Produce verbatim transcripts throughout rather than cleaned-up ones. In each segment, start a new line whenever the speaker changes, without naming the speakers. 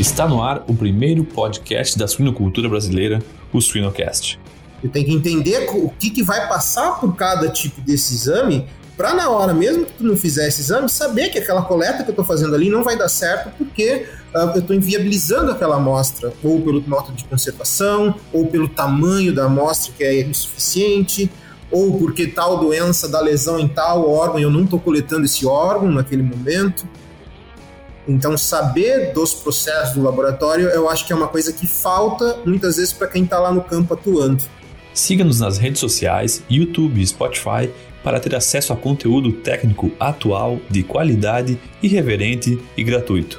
Está no ar o primeiro podcast da suinocultura brasileira, o Suinocast.
Eu tenho que entender o que, que vai passar por cada tipo desse exame para na hora, mesmo que tu não fizer esse exame, saber que aquela coleta que eu estou fazendo ali não vai dar certo porque uh, eu estou inviabilizando aquela amostra, ou pelo método de conservação, ou pelo tamanho da amostra que é insuficiente, ou porque tal doença dá lesão em tal órgão e eu não estou coletando esse órgão naquele momento. Então, saber dos processos do laboratório, eu acho que é uma coisa que falta muitas vezes para quem está lá no campo atuando.
Siga-nos nas redes sociais, YouTube e Spotify para ter acesso a conteúdo técnico atual, de qualidade, irreverente e gratuito.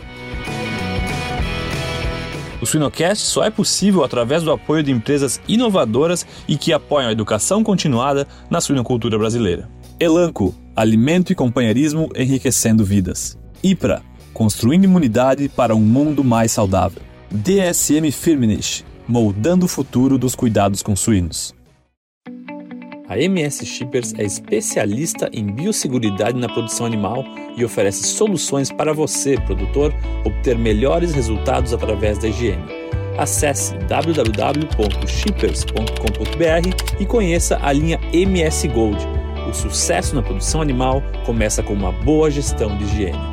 O Suinocast só é possível através do apoio de empresas inovadoras e que apoiam a educação continuada na suinocultura brasileira. Elanco, alimento e companheirismo enriquecendo vidas. IPRA, construindo imunidade para um mundo mais saudável. D S M Firmenich, moldando o futuro dos cuidados com suínos. A M S Shippers é especialista em biosseguridade na produção animal e oferece soluções para você, produtor, obter melhores resultados através da higiene. Acesse w w w ponto shippers ponto com ponto b r e conheça a linha M S Gold. O sucesso na produção animal começa com uma boa gestão de higiene.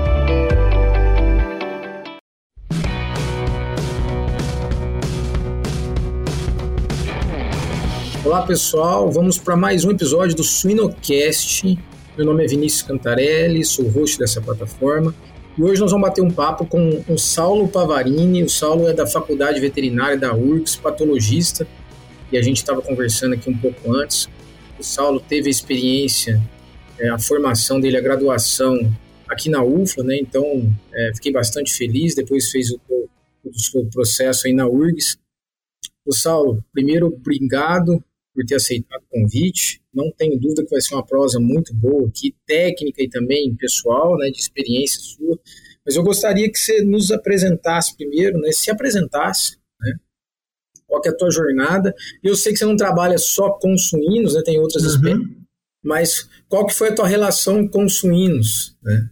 Olá pessoal, vamos para mais um episódio do Suinocast. Meu nome é Vinícius Cantarelli, sou o host dessa plataforma e hoje nós vamos bater um papo com o Saulo Pavarini. O Saulo é da Faculdade Veterinária da U R G S, patologista, e a gente estava conversando aqui um pouco antes. O Saulo teve a experiência, é, a formação dele, a graduação aqui na U F L A, né? Então é, fiquei bastante feliz, depois fez o, o, o processo aí na U R G S. O Saulo, primeiro, obrigado por ter aceitado o convite. Não tenho dúvida que vai ser uma prosa muito boa aqui, técnica e também pessoal, né, de experiência sua. Mas eu gostaria que você nos apresentasse primeiro, né, se apresentasse, né, qual que é a tua jornada. Eu sei que você não trabalha só com suínos, né, tem outras
uhum.
espécies, mas qual que foi a tua relação com suínos? Né?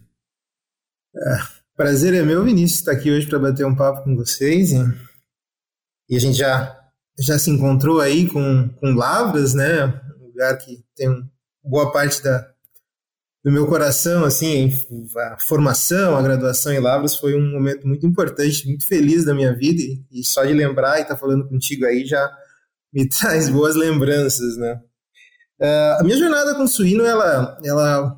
É, prazer é meu, Vinícius, estar aqui hoje para bater um papo com vocês. E, e a gente já... já se encontrou aí com, com Lavras, né, um lugar que tem boa parte da, do meu coração, assim, a formação, a graduação em Lavras foi um momento muito importante, muito feliz da minha vida, e, e só de lembrar e estar tá falando contigo aí já me traz boas lembranças, né. Uh, a minha jornada com suíno, ela, ela,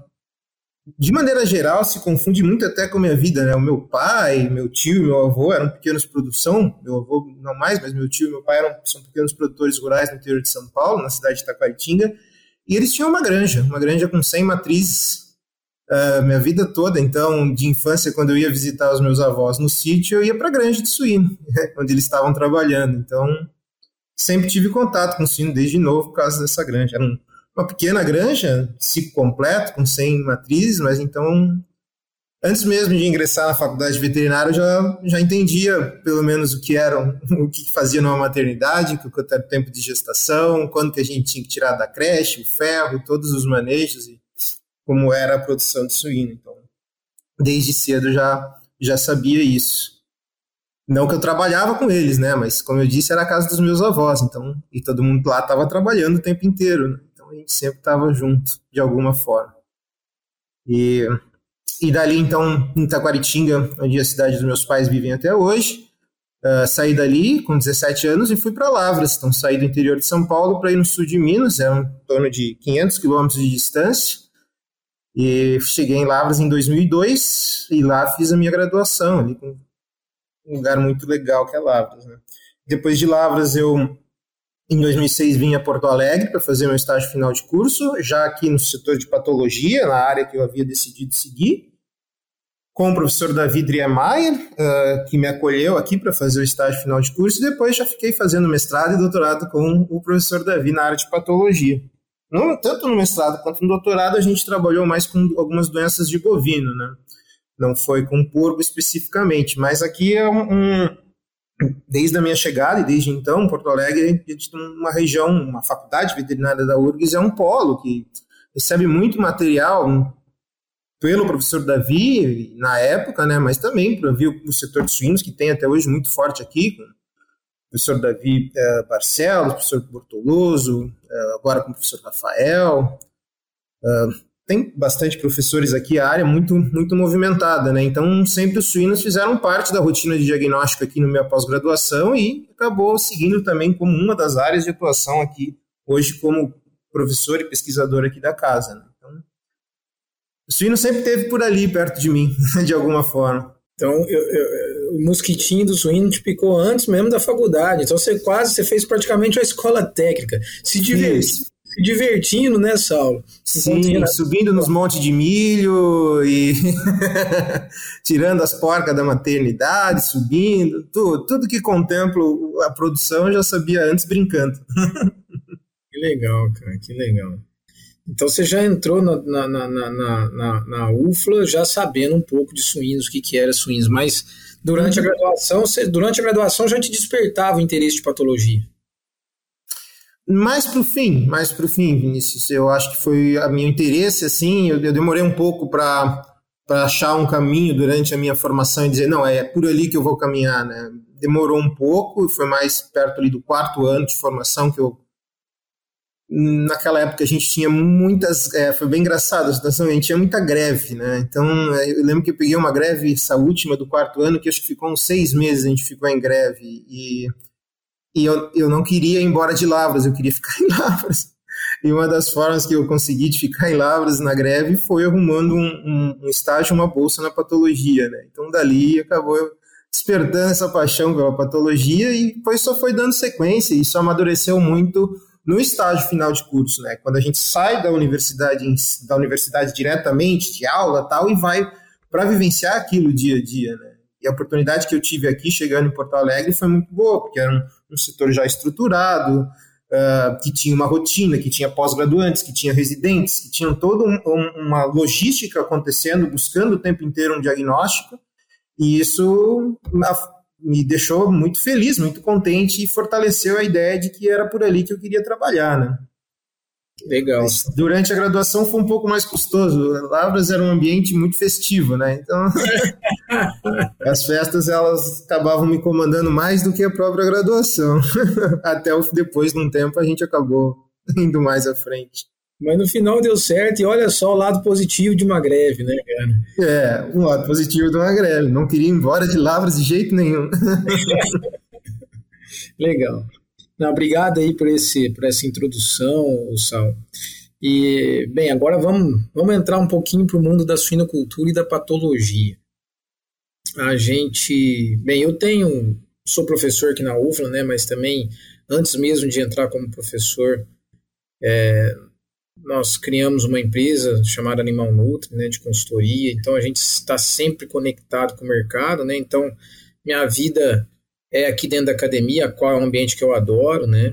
de maneira geral, se confunde muito até com a minha vida, né? O meu pai, meu tio e meu avô eram pequenos produção, meu avô não mais, mas meu tio e meu pai eram, são pequenos produtores rurais no interior de São Paulo, na cidade de Taquaritinga, e eles tinham uma granja, uma granja com cem matrizes, uh, minha vida toda. Então, de infância, quando eu ia visitar os meus avós no sítio, eu ia para a granja de suíno, onde eles estavam trabalhando. Então, sempre tive contato com suíno desde novo por causa dessa granja. Era um uma pequena granja, ciclo completo, com cem matrizes, mas então, antes mesmo de ingressar na faculdade veterinária, eu já, já entendia pelo menos o que era, o que fazia numa maternidade, o tempo de gestação, quando que a gente tinha que tirar da creche, o ferro, todos os manejos, e como era a produção de suíno. Então, desde cedo eu já, já sabia isso. Não que eu trabalhava com eles, né, mas como eu disse, era a casa dos meus avós, então, e todo mundo lá estava trabalhando o tempo inteiro, né? A gente sempre estava junto, de alguma forma. E, e dali, então, em Taquaritinga, onde a cidade dos meus pais vivem até hoje, uh, saí dali com dezessete anos e fui para Lavras. Então, saí do interior de São Paulo para ir no sul de Minas, é um torno de quinhentos quilômetros de distância. E cheguei em Lavras em dois mil e dois e lá fiz a minha graduação, ali com um lugar muito legal que é Lavras, né? Depois de Lavras, eu... Em dois mil e seis vim a Porto Alegre para fazer meu estágio final de curso, já aqui no setor de patologia, na área que eu havia decidido seguir, com o professor Davi Driemeyer, uh, que me acolheu aqui para fazer o estágio final de curso, e depois já fiquei fazendo mestrado e doutorado com o professor Davi na área de patologia. No, tanto no mestrado quanto no doutorado a gente trabalhou mais com algumas doenças de bovino, né? Não foi com porco especificamente, mas aqui é um... um desde a minha chegada e desde então, Porto Alegre é uma região, uma faculdade veterinária da U R G S é um polo que recebe muito material pelo professor Davi, na época, né, mas também para ver o setor de suínos, que tem até hoje muito forte aqui, com o professor Davi uh, Barcelos, o professor Bortoloso, uh, agora com o professor Rafael. Uh, tem bastante professores aqui, a área é muito, muito movimentada, né? Então sempre os suínos fizeram parte da rotina de diagnóstico aqui na minha pós-graduação e acabou seguindo também como uma das áreas de atuação aqui, hoje como professor e pesquisador aqui da casa, né? Então, o suíno sempre esteve por ali, perto de mim, de alguma forma.
Então, eu, eu, o mosquitinho do suíno te picou antes mesmo da faculdade, então você quase, você fez praticamente uma escola técnica, se divertiu. Se divertindo, né, Saulo?
Sim, subindo nos montes de milho e tirando as porcas da maternidade, subindo, tudo, tudo que contempla a produção eu já sabia antes brincando.
Que legal, cara, que legal. Então você já entrou na, na, na, na, na, na U F L A já sabendo um pouco de suínos, o que, que era suínos, mas durante a graduação, você, durante a graduação já te despertava o interesse de patologia?
Mais para o fim, mais para o fim, Vinícius. Eu acho que foi a meu interesse, assim, eu, eu demorei um pouco para para achar um caminho durante a minha formação e dizer, não, é por ali que eu vou caminhar, né? Demorou um pouco, foi mais perto ali do quarto ano de formação que eu... Naquela época a gente tinha muitas... É, foi bem engraçado a situação, a gente tinha muita greve, né? Então, eu lembro que eu peguei uma greve, essa última do quarto ano, que acho que ficou uns seis meses a gente ficou em greve e... E eu, eu não queria ir embora de Lavras, eu queria ficar em Lavras. E uma das formas que eu consegui de ficar em Lavras na greve foi arrumando um, um, um estágio, uma bolsa na patologia, né? Então, dali, acabou despertando essa paixão pela patologia e depois só foi dando sequência. E isso amadureceu muito no estágio final de curso, né? Quando a gente sai da universidade, da universidade diretamente, de aula e tal, e vai para vivenciar aquilo dia a dia, né? E a oportunidade que eu tive aqui, chegando em Porto Alegre, foi muito boa, porque era um, um setor já estruturado, uh, que tinha uma rotina, que tinha pós-graduantes, que tinha residentes, que tinham toda um, um, uma logística acontecendo, buscando o tempo inteiro um diagnóstico, e isso me deixou muito feliz, muito contente, e fortaleceu a ideia de que era por ali que eu queria trabalhar, né?
Legal.
Mas durante a graduação foi um pouco mais custoso. Lavras era um ambiente muito festivo, né? Então, as festas elas acabavam me comandando mais do que a própria graduação. Até o, depois de um tempo a gente acabou indo mais à frente.
Mas no final deu certo e olha só o lado positivo de uma greve, né, cara?
É, um lado positivo de uma greve. Não queria ir embora de Lavras de jeito nenhum.
Legal. Não, obrigado aí por, esse, por essa introdução, Sal. E, bem, agora vamos, vamos entrar um pouquinho para o mundo da suinocultura e da patologia. A gente... Bem, eu tenho... Sou professor aqui na U F L A, né, mas também, antes mesmo de entrar como professor, é, nós criamos uma empresa chamada Animal Nutri, né, de consultoria, então a gente está sempre conectado com o mercado, né, então minha vida... é aqui dentro da academia, qual é um ambiente que eu adoro, né?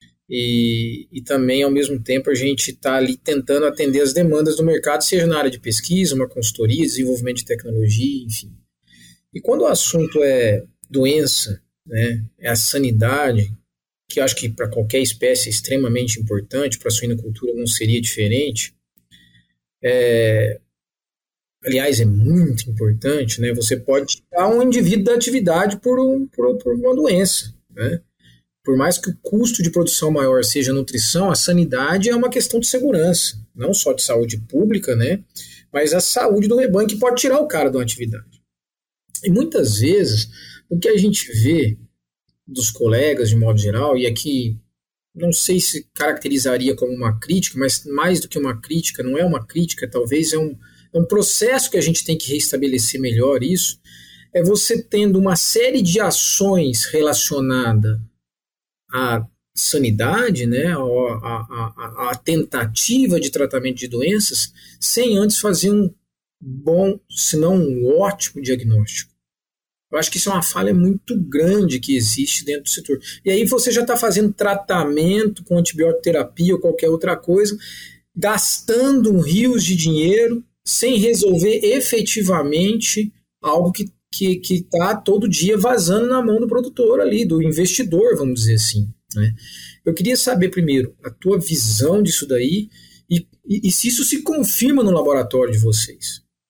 E, e também, ao mesmo tempo, a gente está ali tentando atender as demandas do mercado, seja na área de pesquisa, uma consultoria, desenvolvimento de tecnologia, enfim. E quando o assunto é doença, né, é a sanidade, que eu acho que para qualquer espécie é extremamente importante, para a suinocultura não seria diferente, é... aliás, é muito importante, né? Você pode tirar um indivíduo da atividade por, um, por, por uma doença, né? Por mais que o custo de produção maior seja a nutrição, a sanidade é uma questão de segurança, não só de saúde pública, né? Mas a saúde do rebanho que pode tirar o cara de uma atividade. E muitas vezes, o que a gente vê dos colegas, de modo geral, e aqui não sei se caracterizaria como uma crítica, mas mais do que uma crítica, não é uma crítica, talvez é um É um processo que a gente tem que restabelecer melhor isso, é você tendo uma série de ações relacionadas à sanidade, né, à, à, à tentativa de tratamento de doenças, sem antes fazer um bom, se não um ótimo diagnóstico. Eu acho que isso é uma falha muito grande que existe dentro do setor. E aí você já está fazendo tratamento com antibiótico-terapia ou qualquer outra coisa, gastando rios de dinheiro, sem resolver efetivamente algo que que que está todo dia vazando na mão do produtor ali, do investidor, vamos dizer assim, né? Eu queria saber primeiro a tua visão disso daí e, e, e se isso se confirma no laboratório de vocês.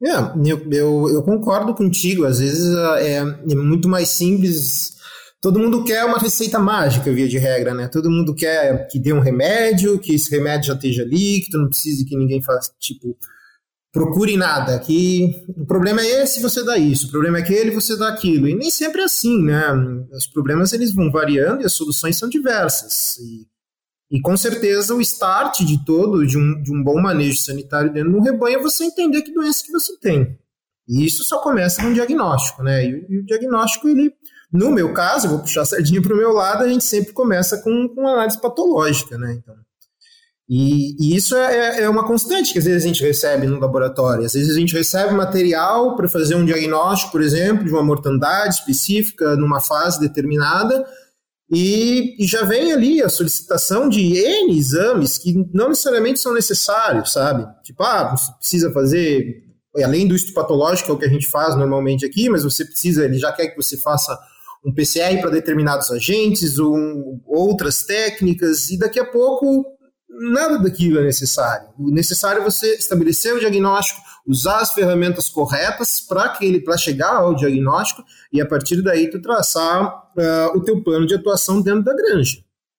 É, eu, eu, eu concordo contigo, às vezes é, é muito mais simples. Todo mundo quer uma receita mágica, via de regra, né? Todo mundo quer que dê um remédio, que esse remédio já esteja ali, que tu não precise que ninguém faça, tipo, procure nada, que o problema é esse, você dá isso, o problema é aquele, você dá aquilo. E nem sempre é assim, né? Os problemas, eles vão variando e as soluções são diversas. E, e com certeza o start de todo, de um, de um bom manejo sanitário dentro de um rebanho, é você entender que doença que você tem. E isso só começa com um diagnóstico, né? E, e o diagnóstico, ele, no meu caso, eu vou puxar a sardinha para o meu lado, a gente sempre começa com, com análise patológica, né? Então, E, e isso é, é uma constante que às vezes a gente recebe no laboratório. Às vezes a gente recebe material para fazer um diagnóstico, por exemplo, de uma mortandade específica numa fase determinada, e, e já vem ali a solicitação de N exames que não necessariamente são necessários, sabe? Tipo, ah, você precisa fazer, além do histopatológico, que é o que a gente faz normalmente aqui, mas você precisa, ele já quer que você faça um P C R para determinados agentes, um, outras técnicas, e daqui a pouco nada daquilo é necessário. O necessário é você estabelecer o diagnóstico, usar as ferramentas corretas para chegar ao diagnóstico e, a partir daí, tu traçar uh, o teu plano de atuação dentro da granja.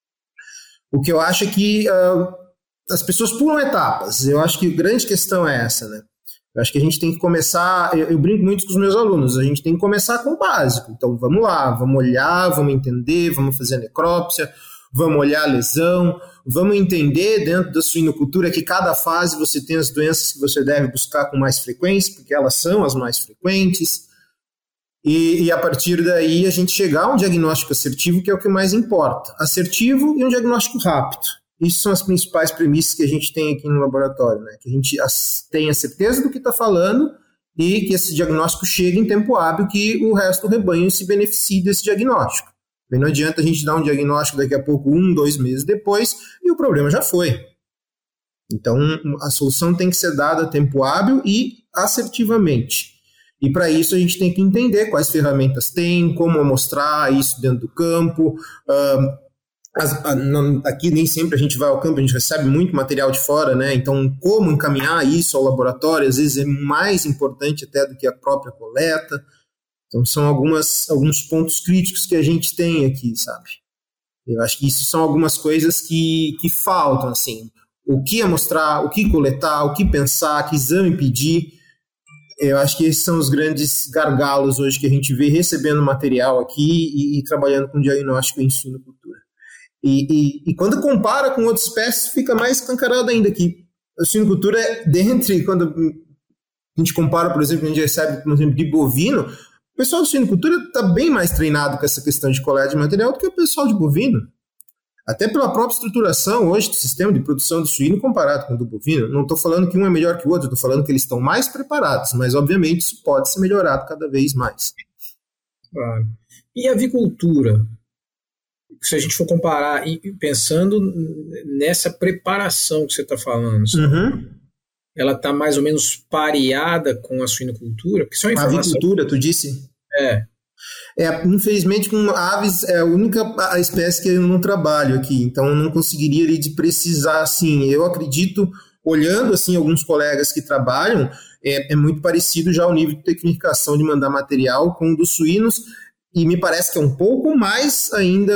O que eu acho é que uh, as pessoas pulam etapas. Eu acho que a grande questão é essa, né? Eu acho que a gente tem que começar, eu, eu brinco muito com os meus alunos, a gente tem que começar com o básico. Então, vamos lá, vamos olhar, vamos entender, vamos fazer a necrópsia, vamos olhar a lesão, vamos entender dentro da suinocultura que cada fase você tem as doenças que você deve buscar com mais frequência, porque elas são as mais frequentes, e, e a partir daí a gente chegar a um diagnóstico assertivo, que é o que mais importa. Assertivo e um diagnóstico rápido. Isso são as principais premissas que a gente tem aqui no laboratório, né? Que a gente tenha certeza do que está falando e que esse diagnóstico chegue em tempo hábil, que o resto do rebanho se beneficie desse diagnóstico. Bem, não adianta a gente dar um diagnóstico daqui a pouco, um, dois meses depois, e o problema já foi. Então, a solução tem que ser dada a tempo hábil e assertivamente. E para isso a gente tem que entender quais ferramentas tem, como mostrar isso dentro do campo. Uh, as, a, não, aqui nem sempre a gente vai ao campo, a gente recebe muito material de fora, né? Então, como encaminhar isso ao laboratório, às vezes é mais importante até do que a própria coleta. Então, são algumas, alguns pontos críticos que a gente tem aqui, sabe? Eu acho que isso são algumas coisas que, que faltam, assim. O que amostrar, o que coletar, o que pensar, que exame pedir. Eu acho que esses são os grandes gargalos hoje que a gente vê recebendo material aqui e, e trabalhando com diagnóstico em suinocultura. E, e, e quando compara com outras espécies, fica mais escancarado ainda que a suinocultura é dentre, quando a gente compara, por exemplo, a gente recebe, por exemplo, de bovino, o pessoal de suinocultura está bem mais treinado com essa questão de coleta de material do que o pessoal de bovino. Até pela própria estruturação hoje do sistema de produção de suíno comparado com o do bovino. Não estou falando que um é melhor que o outro, estou falando que eles estão mais preparados, mas obviamente isso pode ser melhorado cada vez mais.
Claro. E a avicultura? Se a gente for comparar, e pensando nessa preparação que você está falando,
uhum.
ela está mais ou menos pareada com a suinocultura? Porque isso é uma informação...
A avicultura, tu disse?
É.
É, infelizmente, com aves é a única a espécie que eu não trabalho aqui, então eu não conseguiria ali, de precisar assim. Eu acredito, olhando assim alguns colegas que trabalham, é, é muito parecido já o nível de tecnificação de mandar material com o dos suínos, e me parece que é um pouco mais ainda,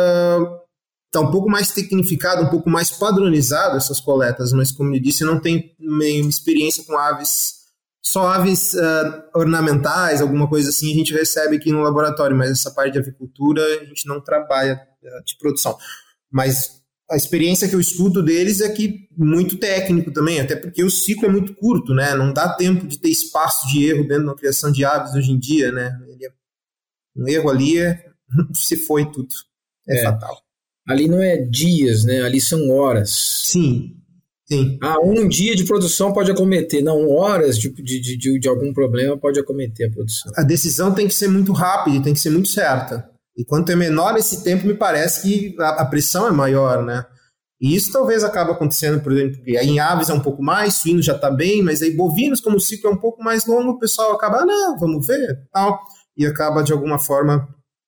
está uh, um pouco mais tecnificado, um pouco mais padronizado essas coletas, mas como eu disse, eu não tenho experiência com aves. Só aves uh, ornamentais, alguma coisa assim, a gente recebe aqui no laboratório, mas essa parte de avicultura a gente não trabalha uh, de produção. Mas a experiência que eu escuto deles é que muito técnico também, até porque o ciclo é muito curto, né? Não dá tempo de ter espaço de erro dentro da criação de aves hoje em dia, né? Ele é, um erro ali é, se foi tudo, é, é fatal.
Ali não é dias, né? Ali são horas.
Sim. Sim.
Ah, um dia de produção pode acometer, não, horas de, de, de, de algum problema pode acometer a produção.
A decisão tem que ser muito rápida, tem que ser muito certa. E quanto é menor esse tempo, me parece que a, a pressão é maior, né? E isso talvez acabe acontecendo, por exemplo, aí em aves é um pouco mais, suínos já está bem, mas aí bovinos, como o ciclo é um pouco mais longo, o pessoal acaba, ah, não, vamos ver, tal, e acaba de alguma forma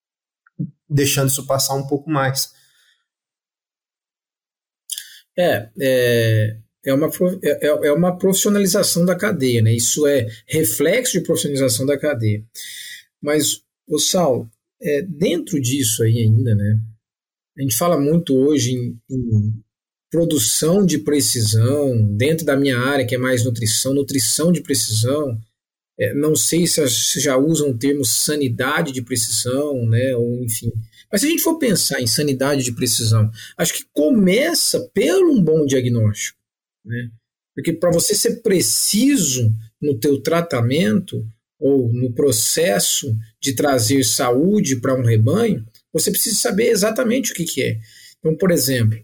deixando isso passar um pouco mais.
É, é, é uma, é, é uma profissionalização da cadeia, né? Isso é reflexo de profissionalização da cadeia. Mas, ô Saulo, é, dentro disso aí ainda, né? A gente fala muito hoje em, em produção de precisão, dentro da minha área, que é mais nutrição, nutrição de precisão. É, não sei se, se já usam o termo sanidade de precisão, né? Ou enfim. Mas se a gente for pensar em sanidade de precisão, acho que começa pelo um bom diagnóstico, né? Porque para você ser preciso no teu tratamento ou no processo de trazer saúde para um rebanho, você precisa saber exatamente o que, que é. Então, por exemplo,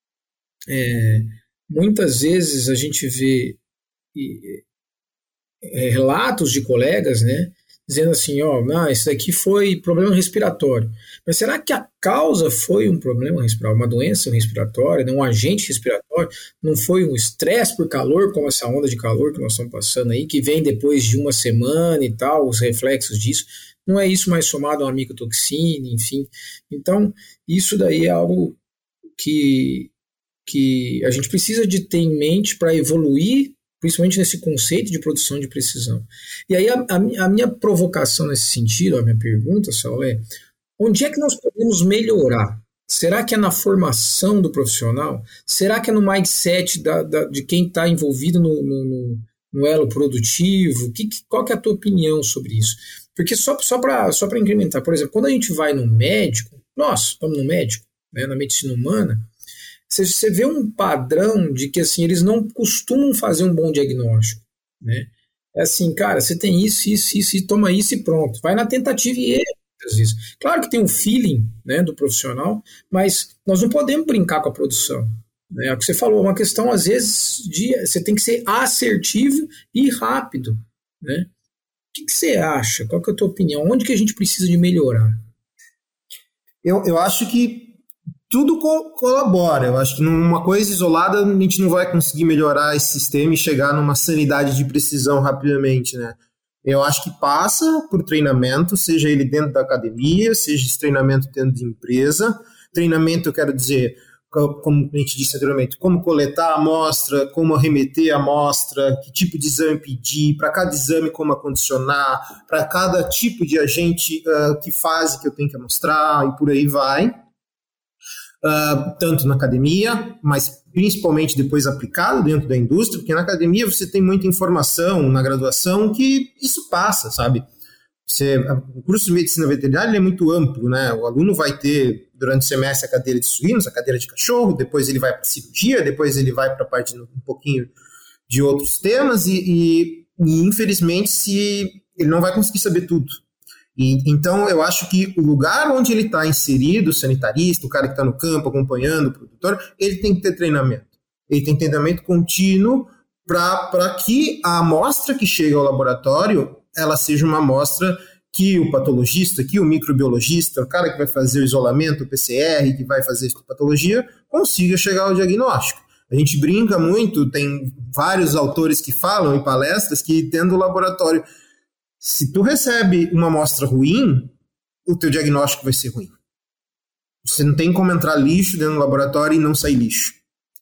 é, muitas vezes a gente vê e, é, relatos de colegas, né, dizendo assim, ó, oh, isso daqui foi problema respiratório. Mas será que a causa foi um problema respiratório, uma doença respiratória, um agente respiratório? Não foi um estresse por calor, como essa onda de calor que nós estamos passando aí, que vem depois de uma semana e tal, os reflexos disso? Não é isso mais somado a uma micotoxina, enfim. Então, isso daí é algo que, que a gente precisa de ter em mente para evoluir, principalmente nesse conceito de produção de precisão. E aí a, a, a minha provocação nesse sentido, a minha pergunta, Saulo, é onde é que nós podemos melhorar? Será que é na formação do profissional? Será que é no mindset da, da, de quem está envolvido no, no, no, no elo produtivo? Que, qual que é a tua opinião sobre isso? Porque só, só para só para incrementar, por exemplo, quando a gente vai no médico, nós vamos no médico, né, na medicina humana, você, você vê um padrão de que assim, eles não costumam fazer um bom diagnóstico, né? É assim, cara, você tem isso, isso, isso, e toma isso e pronto. Vai na tentativa e erro, muitas vezes. Claro que tem um feeling, né, do profissional, mas nós não podemos brincar com a produção. Né? É o que você falou, é uma questão, às vezes, de você tem que ser assertivo e rápido, né? O que, que você acha? Qual que é a tua opinião? Onde que a gente precisa de melhorar?
Eu, eu acho que tudo co- colabora. Eu acho que numa coisa isolada a gente não vai conseguir melhorar esse sistema e chegar numa sanidade de precisão rapidamente, né? Eu acho que passa por treinamento, seja ele dentro da academia, seja esse treinamento dentro de empresa. Treinamento, eu quero dizer, como a gente disse anteriormente, como coletar a amostra, como arremeter a amostra, que tipo de exame pedir, para cada exame como acondicionar, para cada tipo de agente, uh, que fase que eu tenho que amostrar, e por aí vai. Uh, tanto na academia, mas principalmente depois aplicado dentro da indústria, porque na academia você tem muita informação na graduação que isso passa, sabe? Você, o curso de medicina veterinária é muito amplo, né? O aluno vai ter durante o semestre a cadeira de suínos, a cadeira de cachorro, depois ele vai para cirurgia, depois ele vai para a parte de, um pouquinho de outros temas e, e, e infelizmente se, ele não vai conseguir saber tudo. E, então eu acho que o lugar onde ele está inserido, o sanitarista, o cara que está no campo acompanhando o produtor, ele tem que ter treinamento. Ele tem treinamento contínuo para que a amostra que chega ao laboratório ela seja uma amostra que o patologista, que o microbiologista, o cara que vai fazer o isolamento, o P C R, que vai fazer a patologia, consiga chegar ao diagnóstico. A gente brinca muito, tem vários autores que falam em palestras que dentro do laboratório, se tu recebe uma amostra ruim, o teu diagnóstico vai ser ruim. Você não tem como entrar lixo dentro do laboratório e não sair lixo.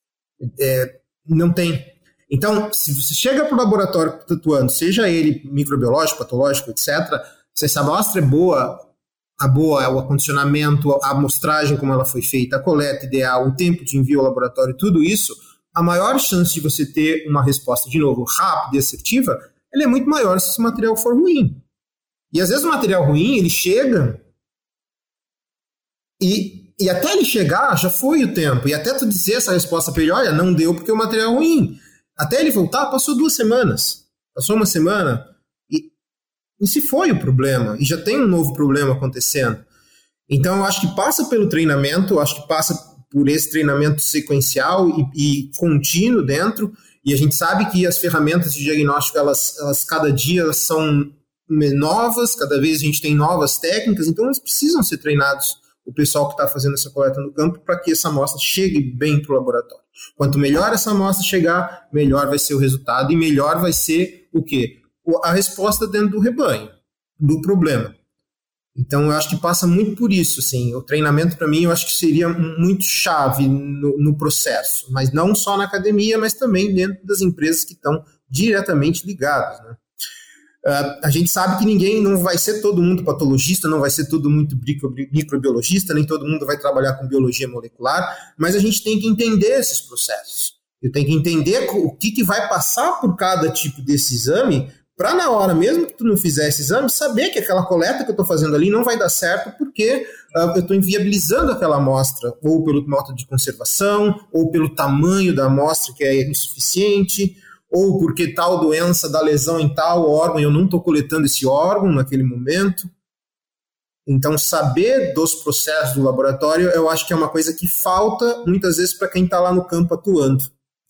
É, não tem. Então, se você chega para o laboratório que está atuando, seja ele microbiológico, patológico, etcétera, se essa amostra é boa, a boa, o acondicionamento, a amostragem como ela foi feita, a coleta ideal, o tempo de envio ao laboratório, tudo isso, a maior chance de você ter uma resposta, de novo, rápida e assertiva, ela é muito maior se esse material for ruim. E às vezes o material ruim, ele chega e, e até ele chegar, já foi o tempo. E até tu dizer essa resposta para ele, olha, não deu porque o material é ruim. Até ele voltar, passou duas semanas. Passou uma semana e, e se foi o problema. E já tem um novo problema acontecendo. Então eu acho que passa pelo treinamento, eu acho que passa por esse treinamento sequencial e, e contínuo dentro. E a gente sabe que as ferramentas de diagnóstico, elas, elas cada dia são novas, cada vez a gente tem novas técnicas, então eles precisam ser treinados, o pessoal que está fazendo essa coleta no campo, para que essa amostra chegue bem para o laboratório. Quanto melhor essa amostra chegar, melhor vai ser o resultado e melhor vai ser o quê? A resposta dentro do rebanho, do problema. Então, eu acho que passa muito por isso, assim. O treinamento, para mim, eu acho que seria muito chave no, no processo, mas não só na academia, mas também dentro das empresas que estão diretamente ligadas, né? Uh, a gente sabe que ninguém, não vai ser todo mundo patologista, não vai ser todo mundo micro, microbiologista, nem todo mundo vai trabalhar com biologia molecular, mas a gente tem que entender esses processos. Eu tenho que entender o que, que vai passar por cada tipo desse exame, para na hora, mesmo que tu não fizer esse exame, saber que aquela coleta que eu estou fazendo ali não vai dar certo porque uh, eu estou inviabilizando aquela amostra, ou pelo método de conservação, ou pelo tamanho da amostra que é insuficiente, ou porque tal doença dá lesão em tal órgão e eu não estou coletando esse órgão naquele momento. Então, saber dos processos do laboratório, eu acho que é uma coisa que falta muitas vezes para quem está lá no campo atuando.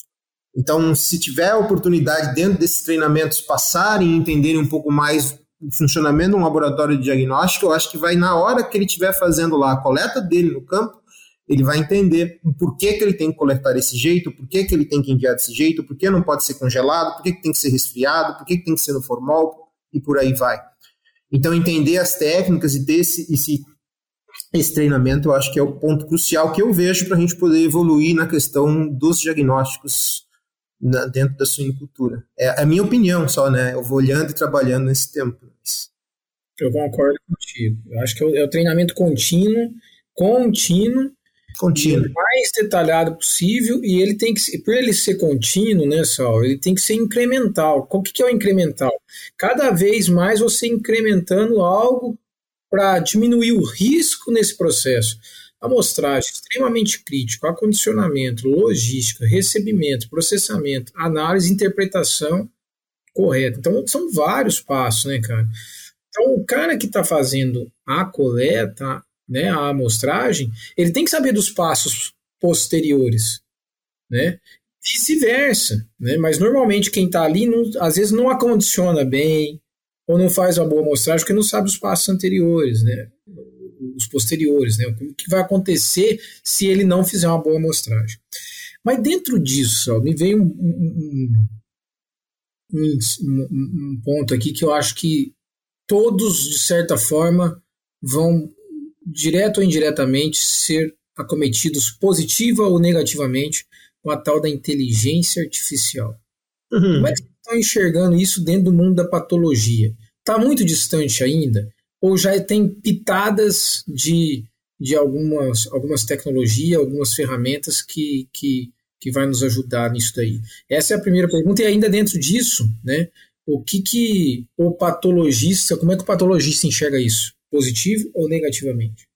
Então, se tiver a oportunidade dentro desses treinamentos passarem e entenderem um pouco mais o funcionamento de um laboratório de diagnóstico, eu acho que vai, na hora que ele estiver fazendo lá a coleta dele no campo, ele vai entender por que, que ele tem que coletar desse jeito, por que, que ele tem que enviar desse jeito, por que não pode ser congelado, por que, que tem que ser resfriado, por que, que tem que ser no formol, e por aí vai. Então, entender as técnicas e ter esse, esse, esse treinamento, eu acho que é o ponto crucial que eu vejo para a gente poder evoluir na questão dos diagnósticos Na, dentro da suinocultura. É a minha opinião só, né? Eu vou olhando e trabalhando nesse tempo. Mas...
Eu concordo contigo. Eu acho que é o, é o treinamento contínuo, contínuo, contínuo. O mais detalhado possível, e ele tem que, por ele ser contínuo, né, Sal, ele tem que ser incremental. O que, que é o incremental? Cada vez mais você incrementando algo para diminuir o risco nesse processo. Amostragem extremamente crítico, acondicionamento, logística, recebimento, processamento, análise e interpretação correta. Então, são vários passos, né, cara? Então, o cara que está fazendo a coleta, né, a amostragem, ele tem que saber dos passos posteriores, né? Vice-versa, né? Mas, normalmente, quem está ali, não, às vezes, não acondiciona bem ou não faz uma boa amostragem porque não sabe os passos anteriores, né? Os posteriores, né? O que vai acontecer se ele não fizer uma boa amostragem. Mas dentro disso, ó, me veio um, um, um, um, um ponto aqui que eu acho que todos, de certa forma, vão, direto ou indiretamente, ser acometidos positiva ou negativamente com a tal da inteligência artificial. Uhum. Como é que vocês estão enxergando isso dentro do mundo da patologia? Está muito distante ainda? Ou já tem pitadas de, de algumas, algumas tecnologias, algumas ferramentas que, que, que vai nos ajudar nisso daí? Essa é a primeira pergunta, e ainda dentro disso, né, o que, que o patologista, como é que o patologista enxerga isso? Positivo ou negativamente?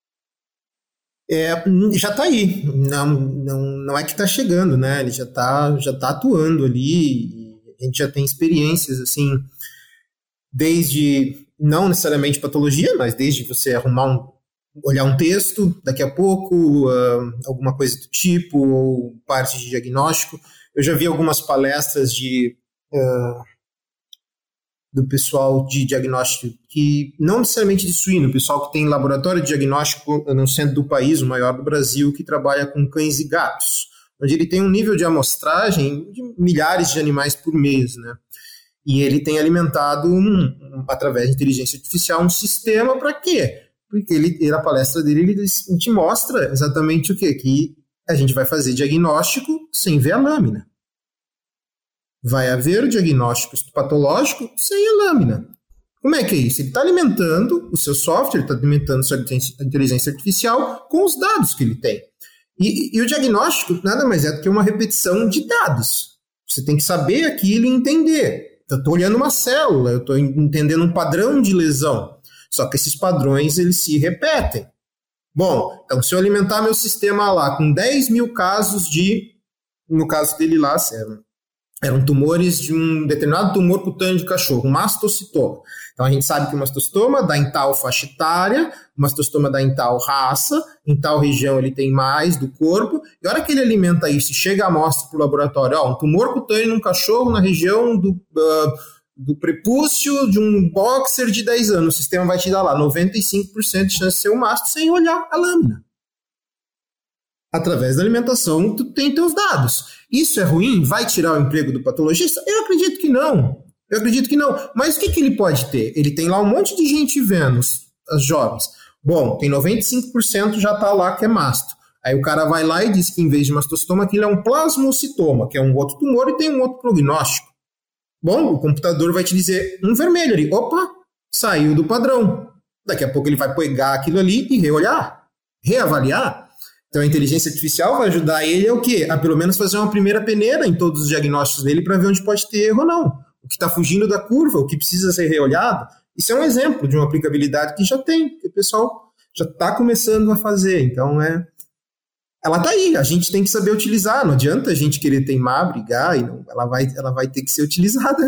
É, já está aí, não, não, não é que está chegando, né? Ele já está já tá atuando ali, a gente já tem experiências, assim, desde... não necessariamente patologia, mas desde você arrumar um, olhar um texto, daqui a pouco, uh, alguma coisa do tipo, ou parte de diagnóstico. Eu já vi algumas palestras de, uh, do pessoal de diagnóstico, que não necessariamente de suíno, o pessoal que tem laboratório de diagnóstico no centro do país, o maior do Brasil, que trabalha com cães e gatos, onde ele tem um nível de amostragem de milhares de animais por mês, né? E ele tem alimentado, um, um, através de inteligência artificial, um sistema para quê? Porque ele, ele, a palestra dele ele te mostra exatamente o quê? Que a gente vai fazer diagnóstico sem ver a lâmina. Vai haver o diagnóstico patológico sem a lâmina. Como é que é isso? Ele está alimentando o seu software, está alimentando a sua inteligência artificial com os dados que ele tem. E, e o diagnóstico nada mais é do que uma repetição de dados. Você tem que saber aquilo e entender. Eu estou olhando uma célula, eu estou entendendo um padrão de lesão. Só que esses padrões, eles se repetem. Bom, então se eu alimentar meu sistema lá com dez mil casos de, no caso dele lá, eram, eram tumores de um determinado tumor cutâneo de cachorro, um mastocitoma. Então a gente sabe que o mastocitoma dá em tal faixa etária, o mastocitoma dá em tal raça, em tal região ele tem mais do corpo, e a hora que ele alimenta isso e chega a amostra para o laboratório, ó, um tumor cutâneo num cachorro na região do, uh, do prepúcio de um boxer de dez anos, o sistema vai te dar lá noventa e cinco por cento de chance de ser um masto sem olhar a lâmina. Através da alimentação, tu tem teus dados. Isso é ruim? Vai tirar o emprego do patologista? Eu acredito que não. Eu acredito que não. Mas o que, que ele pode ter? Ele tem lá um monte de gente vendo as jovens. Bom, tem noventa e cinco por cento já está lá que é masto. Aí o cara vai lá e diz que em vez de mastocitoma, aquilo é um plasmocitoma, que é um outro tumor e tem um outro prognóstico. Bom, o computador vai te dizer um vermelho ali. Opa, saiu do padrão. Daqui a pouco ele vai pegar aquilo ali e reolhar, reavaliar. Então a inteligência artificial vai ajudar ele a o quê? A pelo menos fazer uma primeira peneira em todos os diagnósticos dele para ver onde pode ter erro ou não. O que está fugindo da curva, o que precisa ser reolhado. Isso é um exemplo de uma aplicabilidade que já tem, que o pessoal já está começando a fazer. Então, é, ela está aí, a gente tem que saber utilizar. Não adianta a gente querer teimar, brigar, e não, ela, vai, ela vai ter que ser utilizada.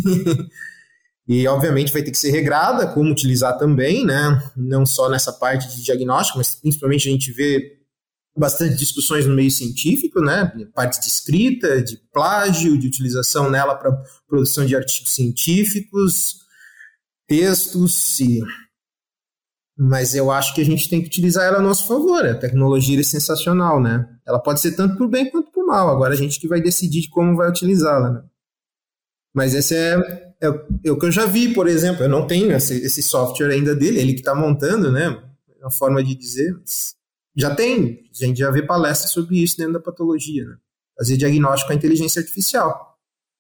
E, obviamente, vai ter que ser regrada, como utilizar também, né? Não só nessa parte de diagnóstico, mas principalmente a gente vê bastante discussões no meio científico, né? Parte de escrita, de plágio, de utilização nela para produção de artigos científicos, textos, e... mas eu acho que a gente tem que utilizar ela a nosso favor. A tecnologia é sensacional, né? Ela pode ser tanto por bem quanto por mal. Agora a gente que vai decidir como vai utilizá-la, né? Mas esse é, é, é o que eu já vi, por exemplo. Eu não tenho esse, esse software ainda dele, ele que está montando, né? É uma forma de dizer, mas já tem. A gente já vê palestras sobre isso dentro da patologia, né? Fazer diagnóstico com a inteligência artificial.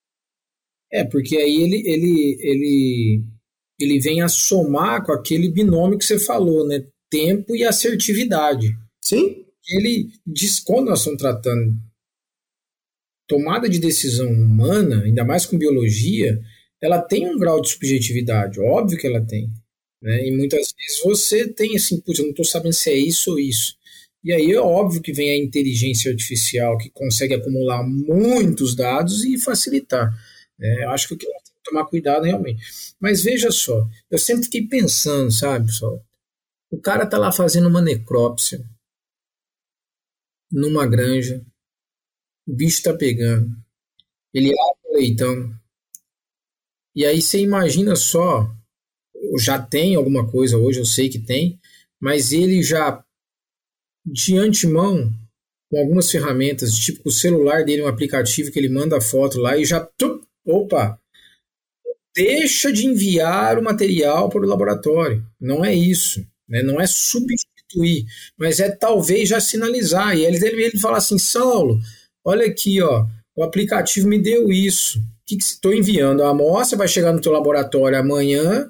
É, porque aí ele, ele, ele, ele vem a somar com aquele binômio que você falou, né? Tempo e assertividade.
Sim.
Ele diz, quando nós estamos tratando tomada de decisão humana, ainda mais com biologia, ela tem um grau de subjetividade, óbvio que ela tem. Né? E muitas vezes você tem assim, putz, eu não estou sabendo se é isso ou isso. E aí é óbvio que vem a inteligência artificial que consegue acumular muitos dados e facilitar. É, eu acho que o que nós temos que tomar cuidado realmente. Mas veja só, eu sempre fiquei pensando, sabe, pessoal? O cara está lá fazendo uma necrópsia numa granja, o bicho está pegando, ele abre o leitão, e aí você imagina só, já tem alguma coisa hoje, eu sei que tem, mas ele já, de antemão, com algumas ferramentas, tipo o celular dele, um aplicativo que ele manda a foto lá e já, tup, opa, deixa de enviar o material para o laboratório. Não é isso, né? Não é substituir, mas é talvez já sinalizar. E ele, ele, ele fala assim, Saulo, olha aqui, ó, o aplicativo me deu isso. O que estou enviando? A amostra vai chegar no teu laboratório amanhã,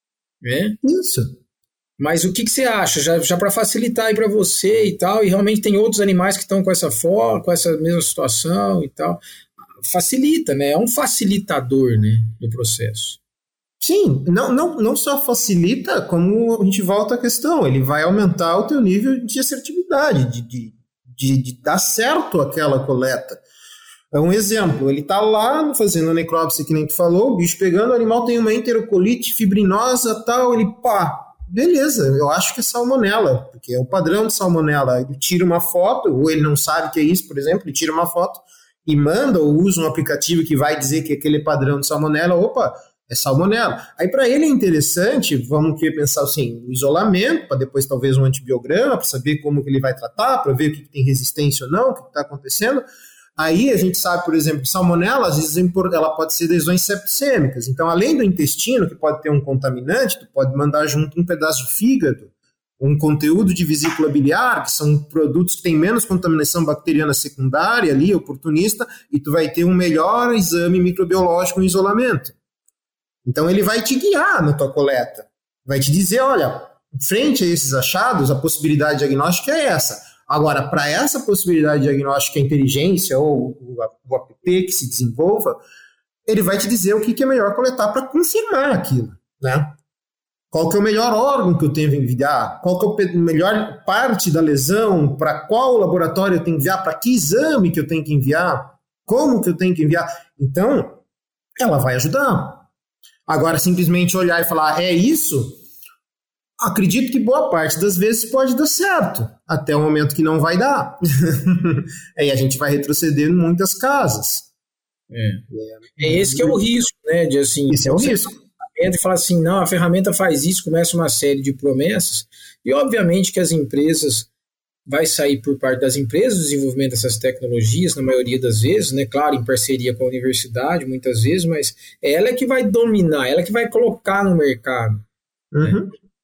né?
Isso.
Mas o que, que você acha? Já, já para facilitar aí para você e tal, e realmente tem outros animais que estão com essa forma, com essa mesma situação e tal. Facilita, né? É um facilitador, né, do processo.
Sim, não, não, não só facilita, como a gente volta à questão, ele vai aumentar o teu nível de assertividade, de, de, de, de dar certo aquela coleta. É um exemplo, ele está lá fazendo a necrópsia, que nem tu falou, o bicho pegando, o animal tem uma enterocolite fibrinosa, tal, ele pá, beleza, eu acho que é salmonela, porque é o padrão de salmonela. Ele tira uma foto, ou ele não sabe que é isso, por exemplo, ele tira uma foto e manda ou usa um aplicativo que vai dizer que aquele padrão de salmonela, opa, é salmonela. Aí para ele é interessante, vamos pensar assim, o isolamento, para depois talvez um antibiograma, para saber como que ele vai tratar, para ver o que, que tem resistência ou não, o que está acontecendo. Aí a gente sabe, por exemplo, que salmonela, às vezes ela pode ser lesões septicêmicas. Então, além do intestino, que pode ter um contaminante, tu pode mandar junto um pedaço de fígado, um conteúdo de vesícula biliar, que são produtos que têm menos contaminação bacteriana secundária ali, oportunista, e tu vai ter um melhor exame microbiológico em isolamento. Então ele vai te guiar na tua coleta, vai te dizer, olha, frente a esses achados, a possibilidade diagnóstica é essa. Agora, para essa possibilidade diagnóstica, a inteligência ou o, o app que se desenvolva, ele vai te dizer o que, que é melhor coletar para confirmar aquilo, né? Qual que é o melhor órgão que eu tenho que enviar? Qual que é a melhor parte da lesão? Para qual laboratório eu tenho que enviar? Para que exame que eu tenho que enviar? Como que eu tenho que enviar? Então, ela vai ajudar. Agora, simplesmente olhar e falar, é isso? Acredito que boa parte das vezes pode dar certo, até o momento que não vai dar. Aí a gente vai retroceder em muitas casas.
É. É esse que é o risco, né? De, assim,
esse é o risco.
E fala assim, não, a ferramenta faz isso, começa uma série de promessas, e obviamente que as empresas, vai sair por parte das empresas o desenvolvimento dessas tecnologias, na maioria das vezes, né, claro, em parceria com a universidade, muitas vezes, mas ela é que vai dominar, ela é que vai colocar no mercado.
Uhum.
Né?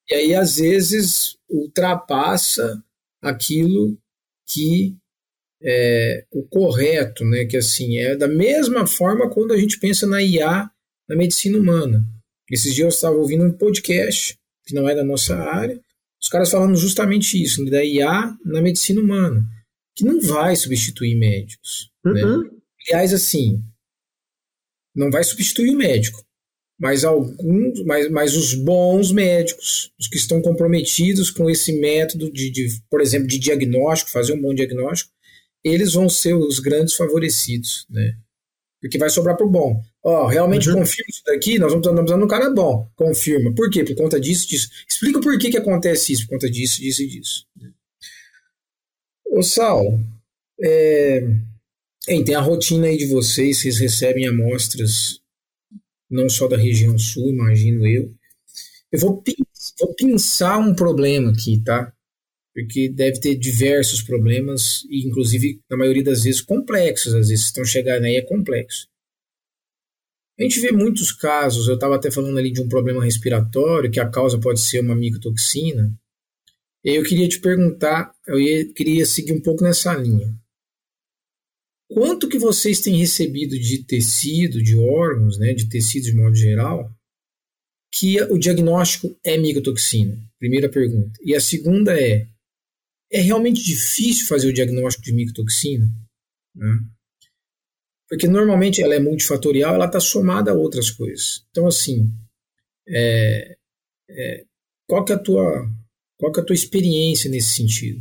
E aí, às vezes, ultrapassa aquilo que é o correto, né? Que assim, é da mesma forma quando a gente pensa na I A na medicina humana. Esses dias eu estava ouvindo um podcast, que não é da nossa área, os caras falando justamente isso, da I A na medicina humana, que não vai substituir médicos. Uhum. Né? Aliás, assim, não vai substituir o médico, mas alguns, mas, mas os bons médicos, os que estão comprometidos com esse método de, de, por exemplo, de diagnóstico, fazer um bom diagnóstico, eles vão ser os grandes favorecidos, né? Porque vai sobrar pro bom. Ó, realmente uhum. confirma isso daqui, nós vamos precisar de um cara bom. Confirma. Por quê? Por conta disso, disso. Explica por que que acontece isso, por conta disso, disso e disso. Ô, Saulo, é... Hein, tem a rotina aí de vocês, vocês recebem amostras não só da região sul, imagino eu. Eu vou, vou pensar um problema aqui, tá? Porque deve ter diversos problemas, e inclusive, na maioria das vezes, complexos. Às vezes, estão chegando aí, é complexo. A gente vê muitos casos, eu estava até falando ali de um problema respiratório, que a causa pode ser uma micotoxina. E aí eu queria te perguntar, eu ia, queria seguir um pouco nessa linha. Quanto que vocês têm recebido de tecido, de órgãos, né, de tecidos de modo geral, que o diagnóstico é micotoxina? Primeira pergunta. E a segunda é, é realmente difícil fazer o diagnóstico de micotoxina? Né? Porque normalmente ela é multifatorial, ela está somada a outras coisas. Então, assim, é, é, qual que é a tua, qual que é a tua experiência nesse sentido?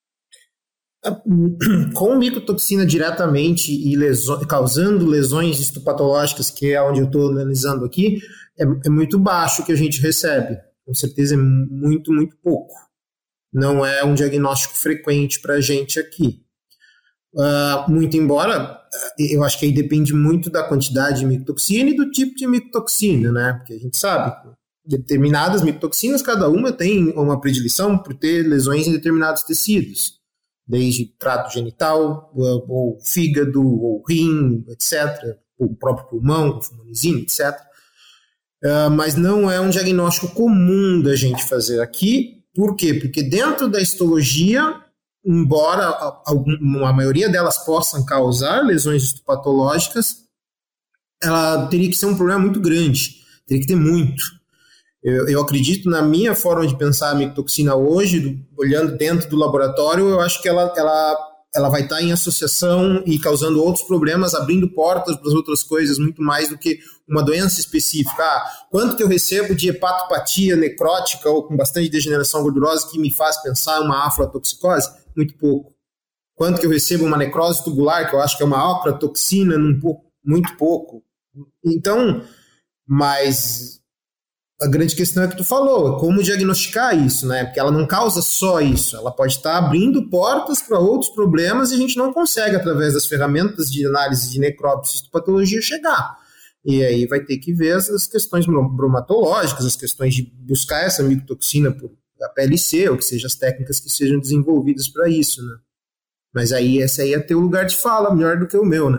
Com micotoxina diretamente e leso- causando lesões histopatológicas, que é onde eu estou analisando aqui, é, é muito baixo o que a gente recebe. Com certeza é muito, muito pouco. Não é um diagnóstico frequente para a gente aqui. Uh, muito embora, eu acho que aí depende muito da quantidade de micotoxina e do tipo de micotoxina, né? Porque a gente sabe que determinadas micotoxinas, cada uma tem uma predileção por ter lesões em determinados tecidos. Desde trato genital, ou, ou fígado, ou rim, etcétera, ou o próprio pulmão, o fumonizina, etcétera. Uh, mas não é um diagnóstico comum da gente fazer aqui. Por quê? Porque dentro da histologia, embora a, a, a maioria delas possam causar lesões histopatológicas, ela teria que ser um problema muito grande, teria que ter muito. Eu, eu acredito, na minha forma de pensar a micotoxina hoje, do, olhando dentro do laboratório, eu acho que ela, ela, ela vai estar em associação e causando outros problemas, abrindo portas para as outras coisas, muito mais do que uma doença específica. Ah, quanto que eu recebo de hepatopatia necrótica ou com bastante degeneração gordurosa que me faz pensar em uma aflatoxicose? Muito pouco. Quanto que eu recebo uma necrose tubular, que eu acho que é uma ocratoxina? Num pouco, muito pouco. Então, mas... a grande questão é que tu falou, como diagnosticar isso, né? Porque ela não causa só isso, ela pode estar abrindo portas para outros problemas e a gente não consegue, através das ferramentas de análise de necrópsia e histopatologia, chegar. E aí vai ter que ver as questões bromatológicas, as questões de buscar essa micotoxina por a P L C, ou que sejam as técnicas que sejam desenvolvidas para isso, né? Mas aí essa aí é teu lugar de fala, melhor do que o meu, né?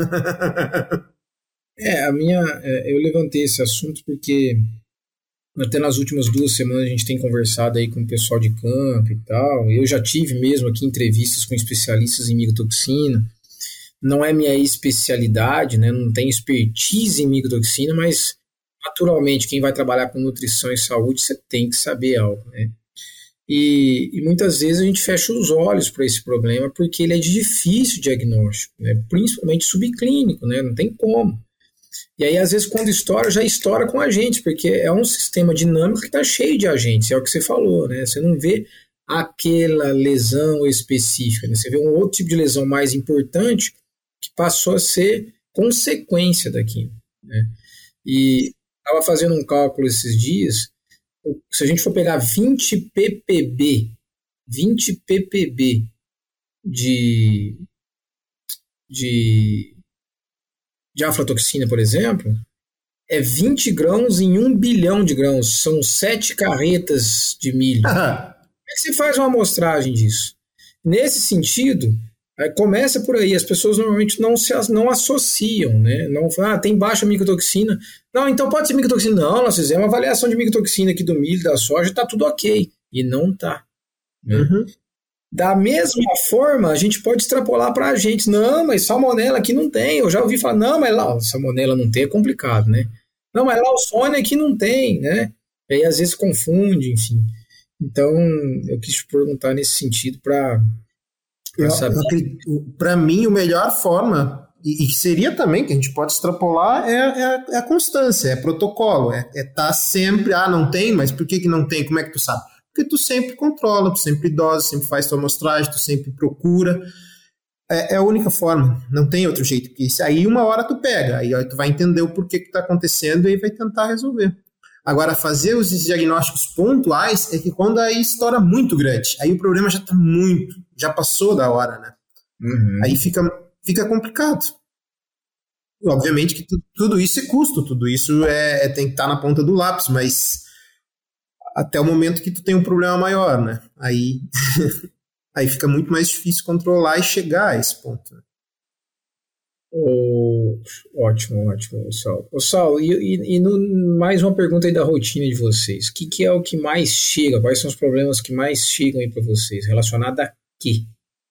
É, a minha... Eu levantei esse assunto porque... até nas últimas duas semanas a gente tem conversado aí com o pessoal de campo e tal. Eu já tive mesmo aqui entrevistas com especialistas em micotoxina. Não é minha especialidade, né? Não tenho expertise em micotoxina, mas naturalmente quem vai trabalhar com nutrição e saúde, você tem que saber algo, né? E, e muitas vezes a gente fecha os olhos para esse problema porque ele é de difícil diagnóstico, né? Principalmente subclínico, né? Não tem como. E aí, às vezes, quando estoura, já estoura com agentes, porque é um sistema dinâmico que está cheio de agentes, é o que você falou, né? Você não vê aquela lesão específica, né? Você vê um outro tipo de lesão mais importante que passou a ser consequência daquilo, né? E estava fazendo um cálculo esses dias, se a gente for pegar vinte ppb, vinte ppb de... de de aflatoxina, por exemplo, é vinte grãos em um bilhão de grãos. São sete carretas de milho. Como é que você faz uma amostragem disso? Nesse sentido, Aí começa por aí, as pessoas normalmente não se não associam, né? Não falam, ah, tem baixa micotoxina. Não, então pode ser micotoxina. Não, nós fizemos uma avaliação de micotoxina aqui do milho, da soja, tá tudo ok. E não tá. Né? Uhum. Da mesma forma, a gente pode extrapolar para a gente. Não, mas salmonela aqui não tem. Eu já ouvi falar, não, mas lá, salmonela não tem, é complicado, né? Não, mas Lawsone aqui não tem, né? E aí às vezes confunde, enfim. Então, eu quis te perguntar nesse sentido para...
Para mim, a melhor forma, e, e seria também que a gente pode extrapolar, é, é, é a constância, é protocolo, é estar é tá sempre, ah, não tem, mas por que, que não tem? Como é que tu sabe? Porque tu sempre controla, tu sempre dosa, sempre faz tua amostragem, tu sempre procura. É, é a única forma, não tem outro jeito, porque isso aí uma hora tu pega, aí, aí tu vai entender o porquê que está acontecendo e aí vai tentar resolver. Agora, fazer os diagnósticos pontuais é que quando aí estoura muito grande, aí o problema já está muito, já passou da hora, né? Uhum. Aí fica, fica complicado. Obviamente que tu, tudo isso é custo, tudo isso é, é, tem que estar na ponta do lápis, mas até o momento que tu tem um problema maior, né? Aí, aí fica muito mais difícil controlar e chegar a esse ponto.
Oh, ótimo, ótimo, Saulo. Oh, Saulo, e, e, e no, mais uma pergunta aí da rotina de vocês. O que, que é o que mais chega? Quais são os problemas que mais chegam aí para vocês? Relacionado a quê?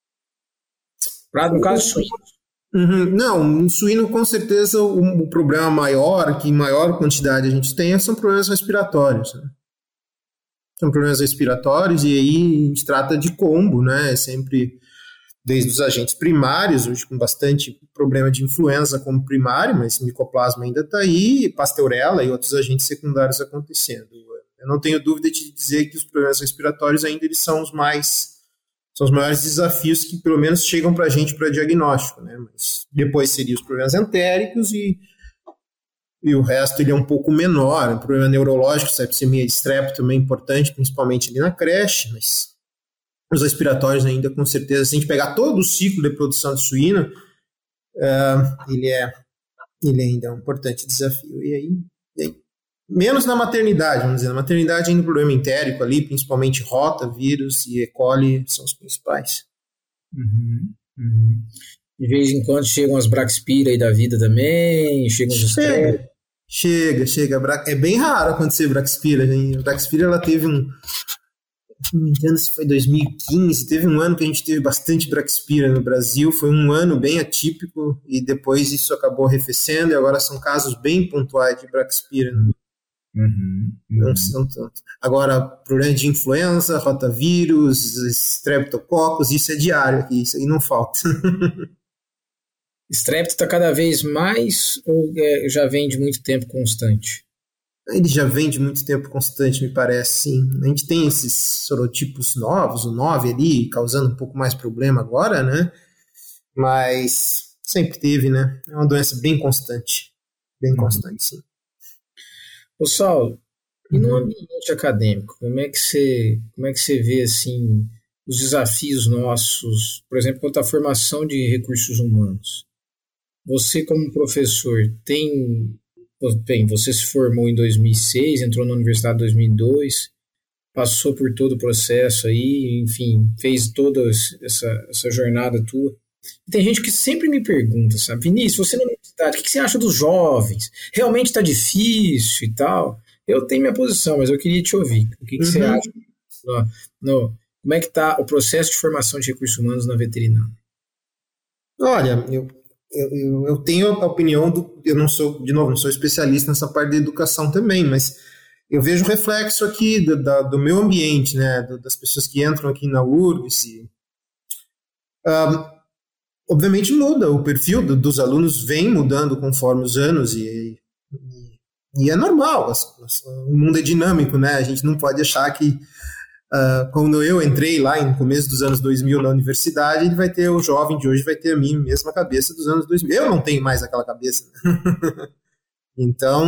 Pra, no caso, suíno.
Uhum. Não, no suíno, com certeza, o, o problema maior, que em maior quantidade a gente tem, são problemas respiratórios. Né? São problemas respiratórios e aí a gente trata de combo, né? É sempre... desde os agentes primários, hoje com bastante problema de influenza como primário, mas o micoplasma ainda está aí, pasteurella e outros agentes secundários acontecendo. Eu não tenho dúvida de dizer que os problemas respiratórios ainda eles são os mais, são os maiores desafios que pelo menos chegam para a gente para diagnóstico, né? Mas depois seriam os problemas entéricos e, e o resto ele é um pouco menor. O problema neurológico, sepsemia e strep também é importante, principalmente ali na creche, mas... os respiratórios ainda, com certeza, se a gente pegar todo o ciclo de produção de suíno, uh, ele, é, ele ainda é um importante desafio. E aí, e aí, menos na maternidade, vamos dizer. Na maternidade ainda o problema entérico ali, principalmente rota, vírus e E. coli são os principais.
Uhum, uhum. De vez em quando chegam as Braxpira aí da vida também, chegam os
chega, chega, chega. É bem raro acontecer Braxpira. A Braxpira, ela teve um... não me engano se foi dois mil e quinze, teve um ano que a gente teve bastante Braxpira no Brasil, foi um ano bem atípico e depois isso acabou arrefecendo e agora são casos bem pontuais de Braxpira. Né? Uhum, não são tanto. Agora, problema de influenza, rotavírus, streptococcus, isso é diário aqui, isso aí não falta.
Strepto está cada vez mais ou é, já vem de muito tempo constante?
Ele já vem de muito tempo constante, me parece, sim. A gente tem esses sorotipos novos, o nove ali, causando um pouco mais problema agora, né? Mas sempre teve, né? É uma doença bem constante. Bem uhum. constante, sim.
Ô, Saulo, e no ambiente acadêmico, como é que você, como é que você vê, assim, os desafios nossos, por exemplo, quanto à formação de recursos humanos? Você, como professor, tem... Bem, você se formou em dois mil e seis, entrou na universidade em dois mil e dois, passou por todo o processo aí, enfim, fez toda essa, essa jornada tua. E tem gente que sempre me pergunta, sabe, Vinícius, você na universidade, o que você acha dos jovens? Realmente está difícil e tal? Eu tenho minha posição, mas eu queria te ouvir. O que, que uhum. você acha? No, no, como é que está o processo de formação de recursos humanos na veterinária?
Olha, eu Eu, eu tenho a opinião do... Eu não sou, de novo, não sou especialista nessa parte da educação também, mas eu vejo o reflexo aqui do, da, do meu ambiente, né, do, das pessoas que entram aqui na U R G S. Um, obviamente muda, o perfil do, dos alunos vem mudando conforme os anos e, e, e é normal, as, as, o mundo é dinâmico, né, a gente não pode achar que Uh, quando eu entrei lá no começo dos anos dois mil na universidade, ele vai ter, o jovem de hoje vai ter a minha mesma cabeça dos anos dois mil. Eu não tenho mais aquela cabeça. Então,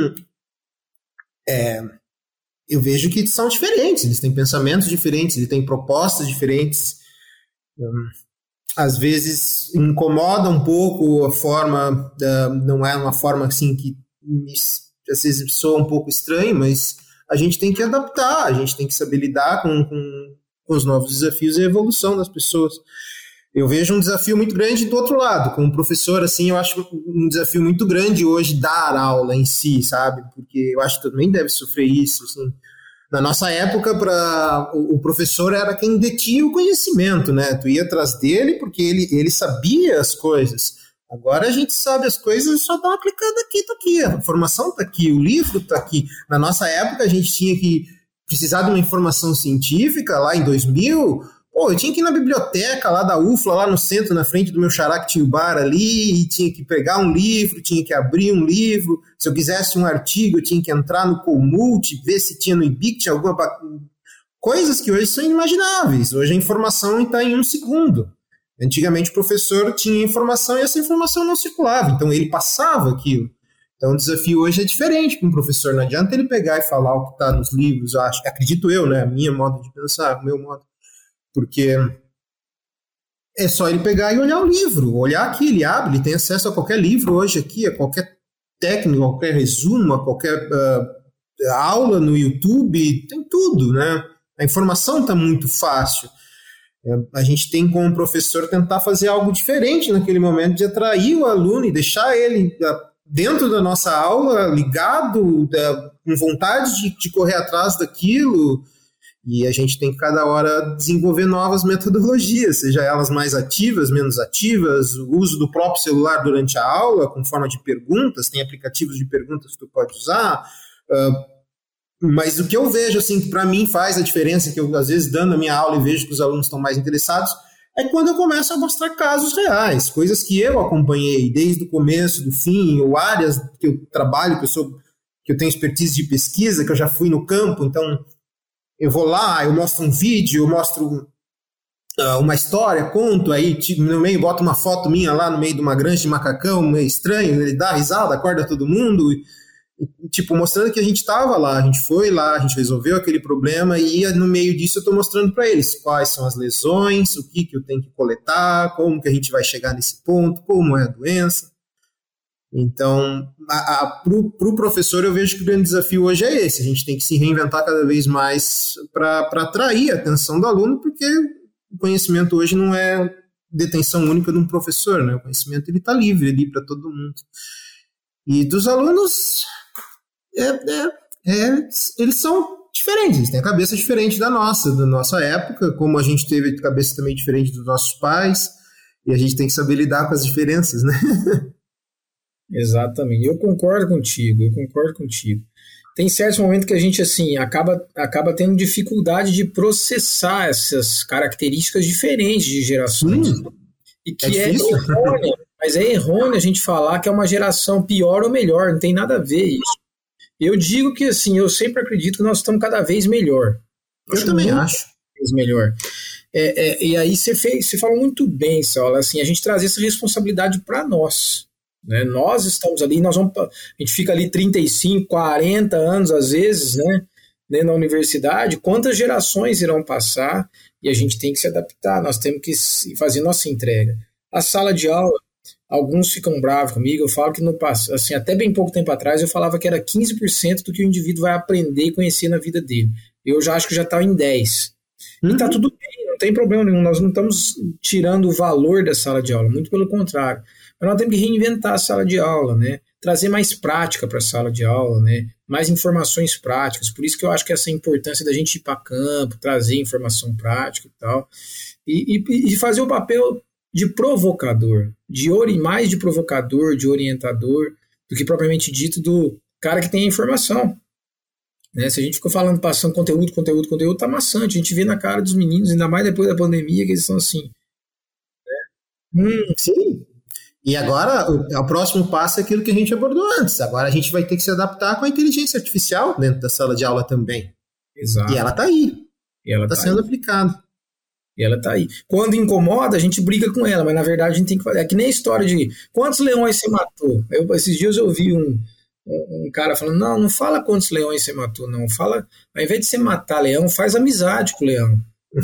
é, eu vejo que são diferentes, eles têm pensamentos diferentes, eles têm propostas diferentes. Um, às vezes incomoda um pouco a forma, uh, não é uma forma assim que me, às vezes soa um pouco estranho, mas a gente tem que adaptar, a gente tem que saber lidar com, com, com os novos desafios e a evolução das pessoas. eu vejo um desafio muito grande do outro lado. Como professor, assim, eu acho um desafio muito grande hoje dar aula em si, sabe? Porque eu acho que também deve sofrer isso, assim. Na nossa época, pra, o, o professor era quem detinha o conhecimento, né? Tu ia atrás dele porque ele, ele sabia as coisas. Agora a gente sabe as coisas e só dá uma clicada aqui, tá aqui. A informação tá aqui, o livro tá aqui. Na nossa época, a gente tinha que precisar de uma informação científica lá em dois mil. Pô, eu tinha que ir na biblioteca lá da U F L A, lá no centro, na frente do meu xará que tinha o bar ali, e tinha que pegar um livro, tinha que abrir um livro. Se eu quisesse um artigo, eu tinha que entrar no Colmult, ver se tinha no I B I C, tinha alguma... Coisas que hoje são inimagináveis. Hoje a informação está em um segundo. Antigamente o professor tinha informação e essa informação não circulava, então ele passava aquilo. Então o desafio hoje é diferente para um professor. Não adianta ele pegar e falar o que está nos livros, eu acho, acredito eu, né? A minha modo de pensar, o meu modo. Porque é só ele pegar e olhar o livro, olhar aqui, ele abre, ele tem acesso a qualquer livro hoje aqui, a qualquer técnica, a qualquer resumo, a qualquer uh, aula no YouTube, tem tudo, né? A informação está muito fácil. É, a gente tem como professor tentar fazer algo diferente naquele momento de atrair o aluno e deixar ele uh, dentro da nossa aula, ligado, uh, com vontade de, de correr atrás daquilo. E a gente tem que cada hora desenvolver novas metodologias, seja elas mais ativas, menos ativas, o uso do próprio celular durante a aula, com forma de perguntas, tem aplicativos de perguntas que tu pode usar. Uh, mas o que eu vejo, assim, que para mim faz a diferença, que eu às vezes dando a minha aula e vejo que os alunos estão mais interessados, é quando eu começo a mostrar casos reais, coisas que eu acompanhei desde o começo, do fim, ou áreas que eu trabalho, que eu, sou, que eu tenho expertise de pesquisa, que eu já fui no campo, então... Eu vou lá, eu mostro um vídeo, eu mostro uh, uma história, conto, aí no meio boto uma foto minha lá no meio de uma granja de macacão, meio estranho, ele dá risada, acorda todo mundo, e, e, tipo, mostrando que a gente estava lá, a gente foi lá, a gente resolveu aquele problema, e no meio disso eu estou mostrando para eles quais são as lesões, o que, que eu tenho que coletar, como que a gente vai chegar nesse ponto, como é a doença. Então, para o pro professor, eu vejo que o grande desafio hoje é esse. A gente tem que se reinventar cada vez mais para atrair a atenção do aluno, porque o conhecimento hoje não é detenção única de um professor, né? O conhecimento está livre ali para todo mundo. E dos alunos, é, é, é, eles são diferentes, eles têm a cabeça diferente da nossa, da nossa época, como a gente teve a cabeça também diferente dos nossos pais, e a gente tem que saber lidar com as diferenças, né?
Exatamente, eu concordo contigo, eu concordo contigo. Tem certos momentos que a gente assim acaba, acaba tendo dificuldade de processar essas características diferentes de gerações. Hum, e que é, é errôneo, mas é errôneo a gente falar que é uma geração pior ou melhor, não tem nada a ver isso. Eu digo que assim, eu sempre acredito que nós estamos cada vez melhor.
Eu, eu também acho.
Melhor. É, é, e aí você, fez, você falou muito bem, Saulo, assim, a gente trazer essa responsabilidade para nós. Né? Nós estamos ali, nós vamos, a gente fica ali trinta e cinco, quarenta anos às vezes, né, né, na universidade, quantas gerações irão passar e a gente tem que se adaptar, nós temos que fazer nossa entrega. A sala de aula, alguns ficam bravos comigo, eu falo que no passado, assim, até bem pouco tempo atrás eu falava que era quinze por cento do que o indivíduo vai aprender e conhecer na vida dele. Eu já acho que já está em dez por cento. Uhum. E está tudo bem, não tem problema nenhum, nós não estamos tirando o valor da sala de aula, muito pelo contrário. Mas nós temos que reinventar a sala de aula, né? Trazer mais prática para a sala de aula, né? Mais informações práticas. Por isso que eu acho que essa importância da gente ir para campo, trazer informação prática e tal. E, e, e fazer o papel de provocador, de ori, mais de provocador, de orientador, do que propriamente dito do cara que tem a informação. Né? Se a gente ficou falando, passando conteúdo, conteúdo, conteúdo, tá maçante. A gente vê na cara dos meninos, ainda mais depois da pandemia, que eles são assim.
Né? Hum, sim. E agora, o, o próximo passo é aquilo que a gente abordou antes. Agora a gente vai ter que se adaptar com a inteligência artificial dentro da sala de aula também.
Exato.
E ela está aí. Ela está tá sendo aí. aplicada.
E ela está aí. Quando incomoda, a gente briga com ela, mas na verdade a gente tem que fazer. É que nem a história de quantos leões você matou. Eu, esses dias eu ouvi um, um, um cara falando, não, não fala quantos leões você matou, não. Fala, ao invés de você matar leão, faz amizade com o leão.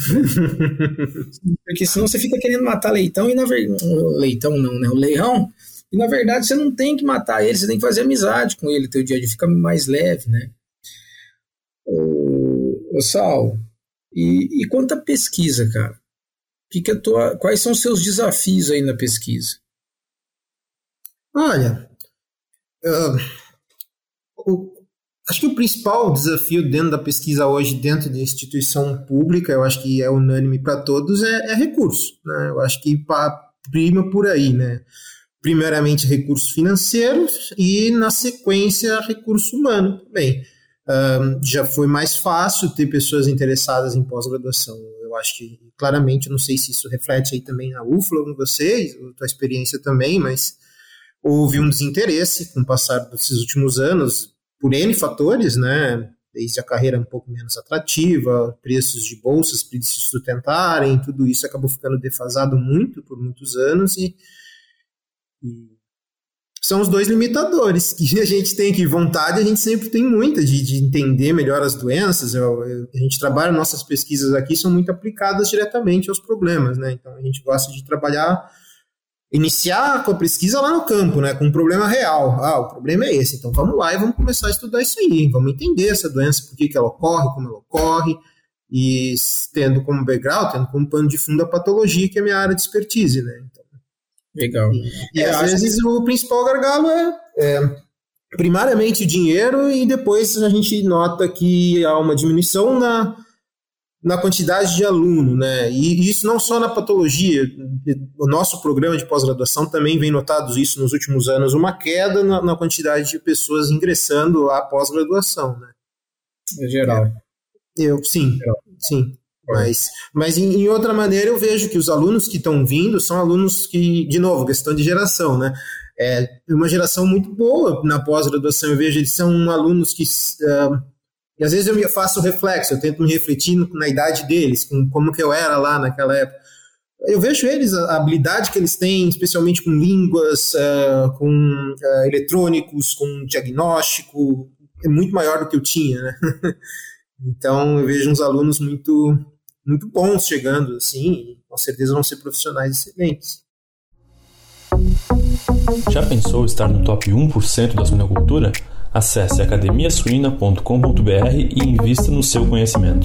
Porque senão você fica querendo matar leitão e na verdade leitão não, né? O leão, e na verdade você não tem que matar ele, você tem que fazer amizade com ele, teu dia a dia fica mais leve, né? Ô, ô Sal, e, e quanto à pesquisa, cara, que que é tua, quais são os seus desafios aí na pesquisa?
Olha, uh, o, acho que o principal desafio dentro da pesquisa hoje, dentro de instituição pública, eu acho que é unânime para todos, é, é recurso, né? Eu acho que pa, prima por aí, né? Primeiramente recursos financeiros e, na sequência, recurso humano também. Uh, já foi mais fácil ter pessoas interessadas em pós-graduação. Eu acho que, claramente, eu não sei se isso reflete aí também na U F L A com vocês, a tua experiência também, mas houve um desinteresse com o passar desses últimos anos, por N fatores, né? Desde a carreira um pouco menos atrativa, preços de bolsas para se sustentarem, tudo isso acabou ficando defasado muito por muitos anos e, e são os dois limitadores que a gente tem aqui. Vontade a gente sempre tem muita de, de entender melhor as doenças. Eu, eu, a gente trabalha, nossas pesquisas aqui são muito aplicadas diretamente aos problemas, né? Então a gente gosta de trabalhar, iniciar com a pesquisa lá no campo, né, com um problema real. Ah, o problema é esse, então vamos lá e vamos começar a estudar isso aí, vamos entender essa doença, por que, que ela ocorre, como ela ocorre, e tendo como background, tendo como pano de fundo a patologia, que é a minha área de expertise, né. Então,
legal.
E, e é, às vezes que... o principal gargalo é, é primariamente o dinheiro, e depois a gente nota que há uma diminuição na na quantidade de aluno, né? E isso não só na patologia. O nosso programa de pós-graduação também vem notado isso nos últimos anos, uma queda na, na quantidade de pessoas ingressando à pós-graduação, né?
É geral.
Eu, sim, geral. sim. Mas, mas em, em outra maneira eu vejo que os alunos que estão vindo são alunos que, de novo, questão de geração, né? É uma geração muito boa na pós-graduação. Eu vejo eles são alunos que... Uh, E às vezes eu me faço reflexo, eu tento me refletir na idade deles, com como que eu era lá naquela época. Eu vejo eles, a habilidade que eles têm, especialmente com línguas, uh, com uh, eletrônicos, com diagnóstico, é muito maior do que eu tinha, né? Então eu vejo uns alunos muito, muito bons chegando, assim, e com certeza vão ser profissionais excelentes.
Já pensou estar no top um por cento da suinocultura? Acesse academia suína ponto com ponto b r e invista no seu conhecimento.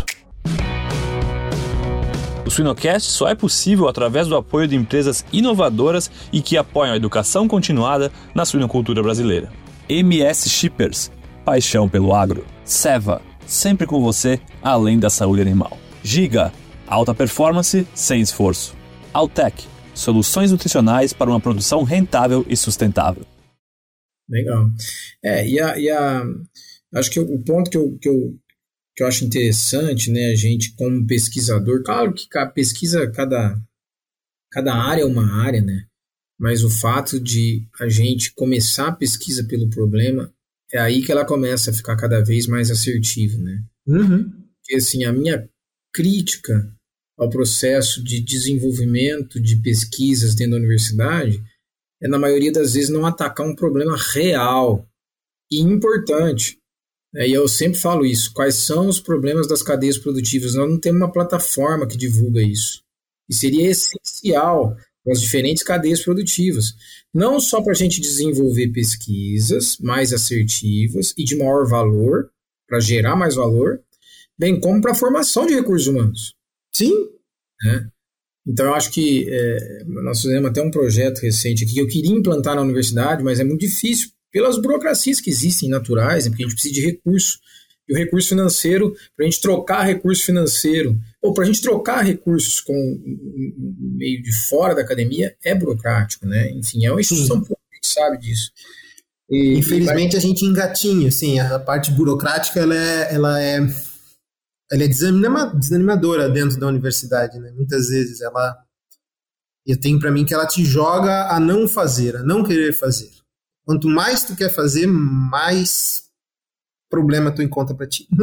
O Suinocast só é possível através do apoio de empresas inovadoras e que apoiam a educação continuada na suinocultura brasileira. M S Shippers, paixão pelo agro. Seva, sempre com você, além da saúde animal. Giga, alta performance sem esforço. Altec, soluções nutricionais para uma produção rentável e sustentável.
Legal. É, e a, e a acho que o ponto que eu, que, eu, que eu acho interessante, né, a gente como pesquisador, claro que a pesquisa, cada, cada área é uma área, né, mas o fato de a gente começar a pesquisa pelo problema, é aí que ela começa a ficar cada vez mais assertiva, né.
Uhum.
Porque, assim, a minha crítica ao processo de desenvolvimento de pesquisas dentro da universidade é, na maioria das vezes, não atacar um problema real e importante. É, e eu sempre falo isso. Quais são os problemas das cadeias produtivas? Nós não temos uma plataforma que divulga isso. E seria essencial para as diferentes cadeias produtivas. Não só para a gente desenvolver pesquisas mais assertivas e de maior valor, para gerar mais valor, bem como para a formação de recursos humanos.
Sim.
É. Então, eu acho que é, nós fizemos até um projeto recente aqui que eu queria implantar na universidade, mas é muito difícil pelas burocracias que existem naturais, né, porque a gente precisa de recurso. E o recurso financeiro, para a gente trocar recurso financeiro, ou para a gente trocar recursos com meio de fora da academia, é burocrático, né? Enfim, é uma instituição pública que sabe disso.
E, Infelizmente, e... a gente engatinha, assim, a parte burocrática, ela é... Ela é... ela é desanimadora dentro da universidade, né? Muitas vezes ela, eu tenho para mim que ela te joga a não fazer, a não querer fazer. Quanto mais tu quer fazer, mais problema tu encontra para ti.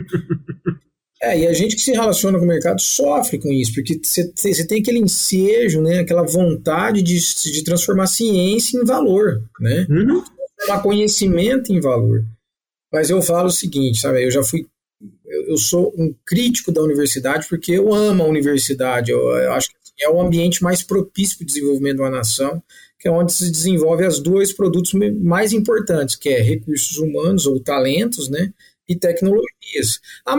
É, e a gente que se relaciona com o mercado sofre com isso, porque você tem aquele ensejo, né? Aquela vontade de, de transformar ciência em valor, né?
Uhum.
Transformar conhecimento em valor. Mas eu falo o seguinte, sabe? Eu já fui Eu sou um crítico da universidade porque eu amo a universidade. Eu, eu acho que é o ambiente mais propício para o desenvolvimento de uma nação, que é onde se desenvolve os dois produtos mais importantes, que é recursos humanos ou talentos, né, e tecnologias. Ah, mas a tecnologia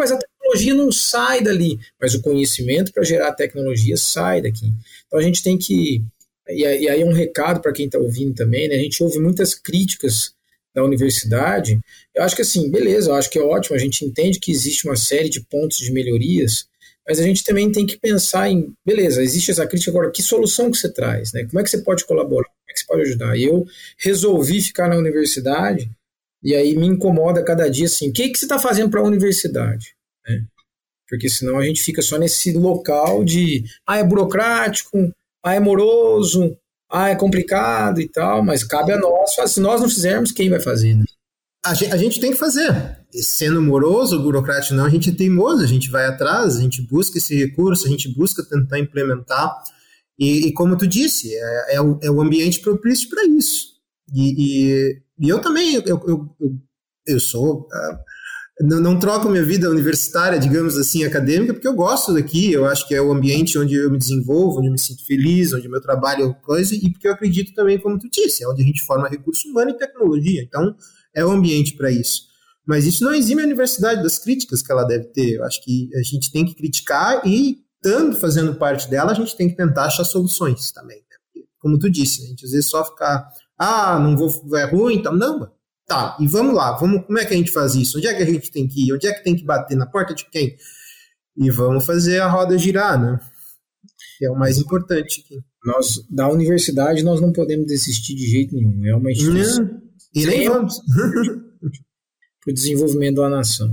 tecnologia não sai dali, mas o conhecimento para gerar tecnologia sai daqui. Então a gente tem que, e aí é um recado para quem está ouvindo também, né? A gente ouve muitas críticas da universidade. Eu acho que assim, beleza, eu acho que é ótimo, a gente entende que existe uma série de pontos de melhorias, mas a gente também tem que pensar em, beleza, existe essa crítica, agora que solução que você traz, né? Como é que você pode colaborar, como é que você pode ajudar? E eu resolvi ficar na universidade, e aí me incomoda cada dia assim, o que, que você está fazendo para a universidade? Né? Porque senão a gente fica só nesse local de, ah, é burocrático, ah, é moroso, ah, é complicado e tal, mas cabe a nós, se nós não fizermos, quem vai fazer, né?
A gente, a gente tem que fazer. E sendo moroso ou burocrático não, a gente é teimoso, a gente vai atrás, a gente busca esse recurso, a gente busca tentar implementar. E, e como tu disse, é, é, o, é o ambiente propício para isso. E, e, e eu também, eu, eu, eu, eu sou... Uh, não, não troco minha vida universitária, digamos assim, acadêmica, porque eu gosto daqui, eu acho que é o ambiente onde eu me desenvolvo, onde eu me sinto feliz, onde o meu trabalho é coisa, e porque eu acredito também, como tu disse, é onde a gente forma recurso humano e tecnologia. Então, é o ambiente para isso. Mas isso não exime a universidade das críticas que ela deve ter. Eu acho que a gente tem que criticar e, estando fazendo parte dela, a gente tem que tentar achar soluções também. Né? Porque, como tu disse, a gente às vezes só ficar, ah, não vou, é ruim, então, não, tá, e vamos lá, vamos, como é que a gente faz isso? Onde é que a gente tem que ir? Onde é que tem que bater? Na porta de quem? E vamos fazer a roda girar, né? Que é o mais importante aqui.
Nós, da universidade, nós não podemos desistir de jeito nenhum. É uma instituição.
Não, e nem vamos.
Para o desenvolvimento da nação.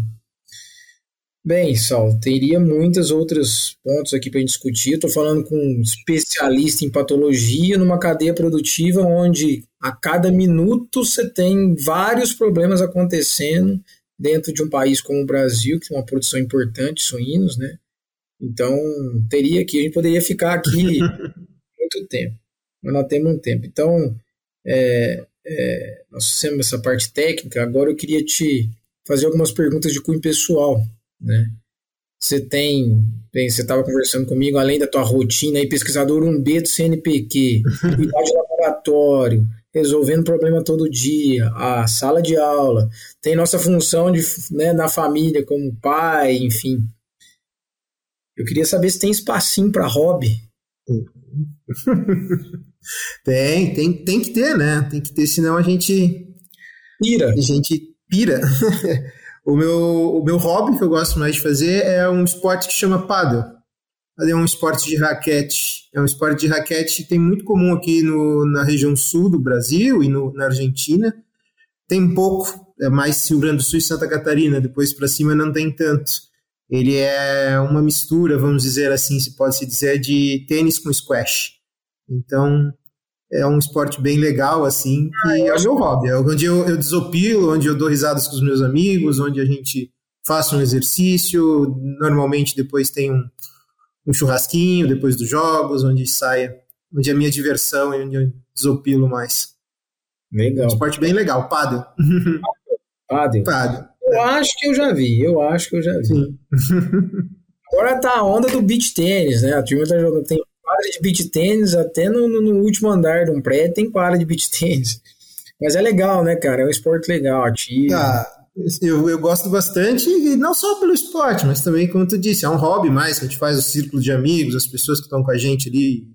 Bem, Saulo, teria muitos outros pontos aqui para a gente discutir. Estou falando com um especialista em patologia numa cadeia produtiva onde a cada minuto você tem vários problemas acontecendo dentro de um país como o Brasil, que tem uma produção importante de suínos, né? Então, teria que, a gente poderia ficar aqui muito tempo, mas nós temos um tempo. Então, é, é, nós fizemos essa parte técnica, agora eu queria te fazer algumas perguntas de cunho pessoal, né? Você tem, bem, você estava conversando comigo, além da tua rotina aí, pesquisador um B do C N P Q, cuidar de laboratório, resolvendo problema todo dia, a sala de aula, tem nossa função de, né, na família como pai, enfim. Eu queria saber se tem espacinho para hobby.
Tem, tem, tem que ter, né? Tem que ter, senão a gente
pira.
A gente pira. O meu, o meu hobby que eu gosto mais de fazer é um esporte que chama pádel. É um esporte de raquete. É um esporte de raquete que tem muito comum aqui no, na região sul do Brasil e no, na Argentina. Tem pouco, é mais Rio Grande do Sul e Santa Catarina. Depois para cima não tem tanto. Ele é uma mistura, vamos dizer assim, se pode se dizer, de tênis com squash. Então, é um esporte bem legal, assim, que é o meu hobby. É onde eu, eu desopilo, onde eu dou risadas com os meus amigos, onde a gente faz um exercício. Normalmente depois tem um, um churrasquinho, depois dos jogos, onde saia, onde é a minha diversão e onde eu desopilo mais.
Legal.
É um esporte bem legal, pádel.
Pádel.
Pádel.
Eu acho que eu já vi, eu acho que eu já vi. Sim. Agora tá a onda do beach tênis, né? A turma tá jogando, tem quadra de beach tênis, até no, no último andar de um prédio tem quadra de beach tênis. Mas é legal, né, cara? É um esporte legal, ativo.
Ah, eu, eu gosto bastante, e não só pelo esporte, mas também, como tu disse, é um hobby mais, que a gente faz o círculo de amigos, as pessoas que estão com a gente ali.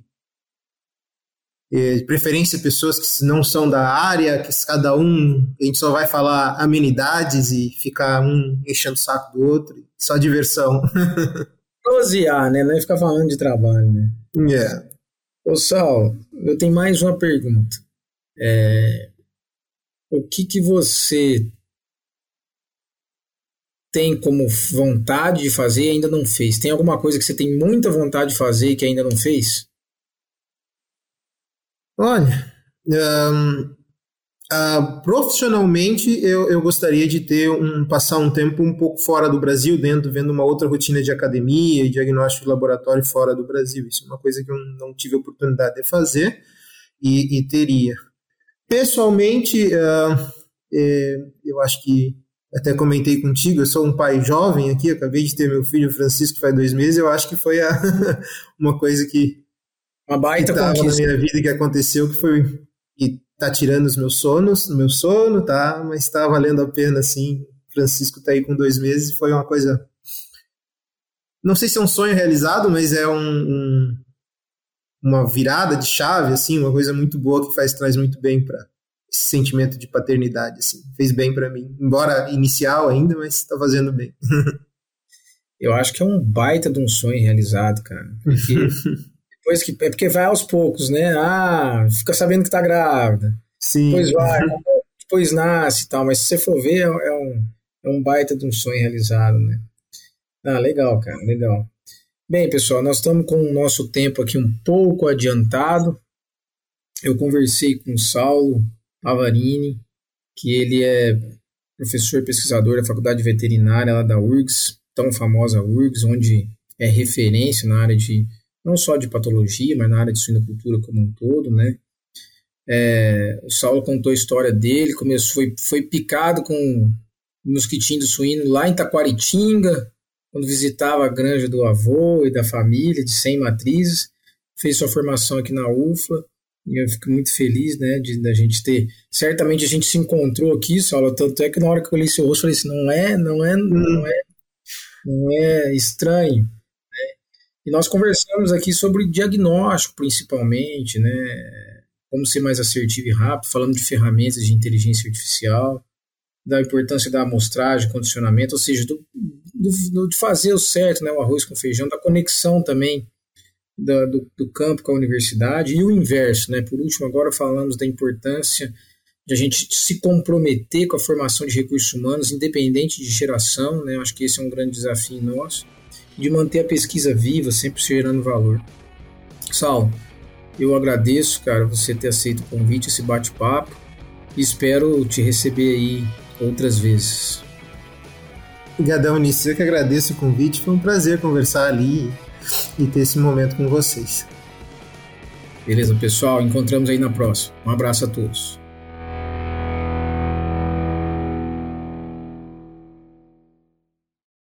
De preferência pessoas que não são da área, que cada um, a gente só vai falar amenidades e ficar um enchendo o saco do outro, só diversão.
Prosear, né? Não é ficar falando de trabalho, né?
É. Yeah.
Ô, Saulo, eu tenho mais uma pergunta. É, o que que você tem como vontade de fazer e ainda não fez? Tem alguma coisa que você tem muita vontade de fazer e que ainda não fez?
Olha, um, uh, profissionalmente eu, eu gostaria de ter um, passar um tempo um pouco fora do Brasil, dentro, vendo uma outra rotina de academia e diagnóstico de laboratório fora do Brasil. Isso é uma coisa que eu não tive a oportunidade de fazer e, e teria. Pessoalmente, uh, é, eu acho que até comentei contigo, eu sou um pai jovem aqui, acabei de ter meu filho Francisco faz dois meses, eu acho que foi a, uma coisa que
uma baita
que estava na minha vida, que aconteceu, que foi que tá tirando os meus sonos, o meu sono, tá, mas tá valendo a pena, assim. Francisco tá aí com dois meses, foi uma coisa não sei se é um sonho realizado, mas é um, um, uma virada de chave, assim, uma coisa muito boa que faz, traz muito bem para esse sentimento de paternidade, assim, fez bem para mim, embora inicial ainda, mas está fazendo bem.
Eu acho que é um baita de um sonho realizado, cara, porque depois que, é porque vai aos poucos, né, ah, fica sabendo que tá grávida,
sim.
Depois vai, depois nasce e tal, mas se você for ver, é um, é um baita de um sonho realizado, né. Ah, legal, cara, legal. Bem, pessoal, nós estamos com o nosso tempo aqui um pouco adiantado. Eu conversei com o Saulo Pavarini, que ele é professor e pesquisador da Faculdade Veterinária lá da U R G S, tão famosa U R G S, onde é referência na área de, não só de patologia, mas na área de suinocultura como um todo, né? É, o Saulo contou a história dele, começou, foi, foi picado com um mosquitinho do suíno lá em Taquaritinga, quando visitava a granja do avô e da família, de cem matrizes, fez sua formação aqui na U F L A, e eu fico muito feliz, né, de da gente ter, certamente a gente se encontrou aqui, Saulo, tanto é que na hora que eu olhei seu rosto, eu falei assim, não é, não é, não é, não é estranho, né? E nós conversamos aqui sobre diagnóstico, principalmente, né, como ser mais assertivo e rápido, falando de ferramentas de inteligência artificial, da importância da amostragem, condicionamento, ou seja, do, do, de fazer o certo, né, o arroz com feijão, da conexão também da, do, do campo com a universidade, e o inverso, né? Por último, agora falamos da importância de a gente se comprometer com a formação de recursos humanos, independente de geração, né? Acho que esse é um grande desafio nosso, de manter a pesquisa viva, sempre gerando valor. Saulo, eu agradeço, cara, você ter aceito o convite, esse bate-papo, e espero te receber aí outras vezes.
Obrigadão, Vinícius. Eu que agradeço o convite. Foi um prazer conversar ali e ter esse momento com vocês.
Beleza, pessoal? Encontramos aí na próxima. Um abraço a todos.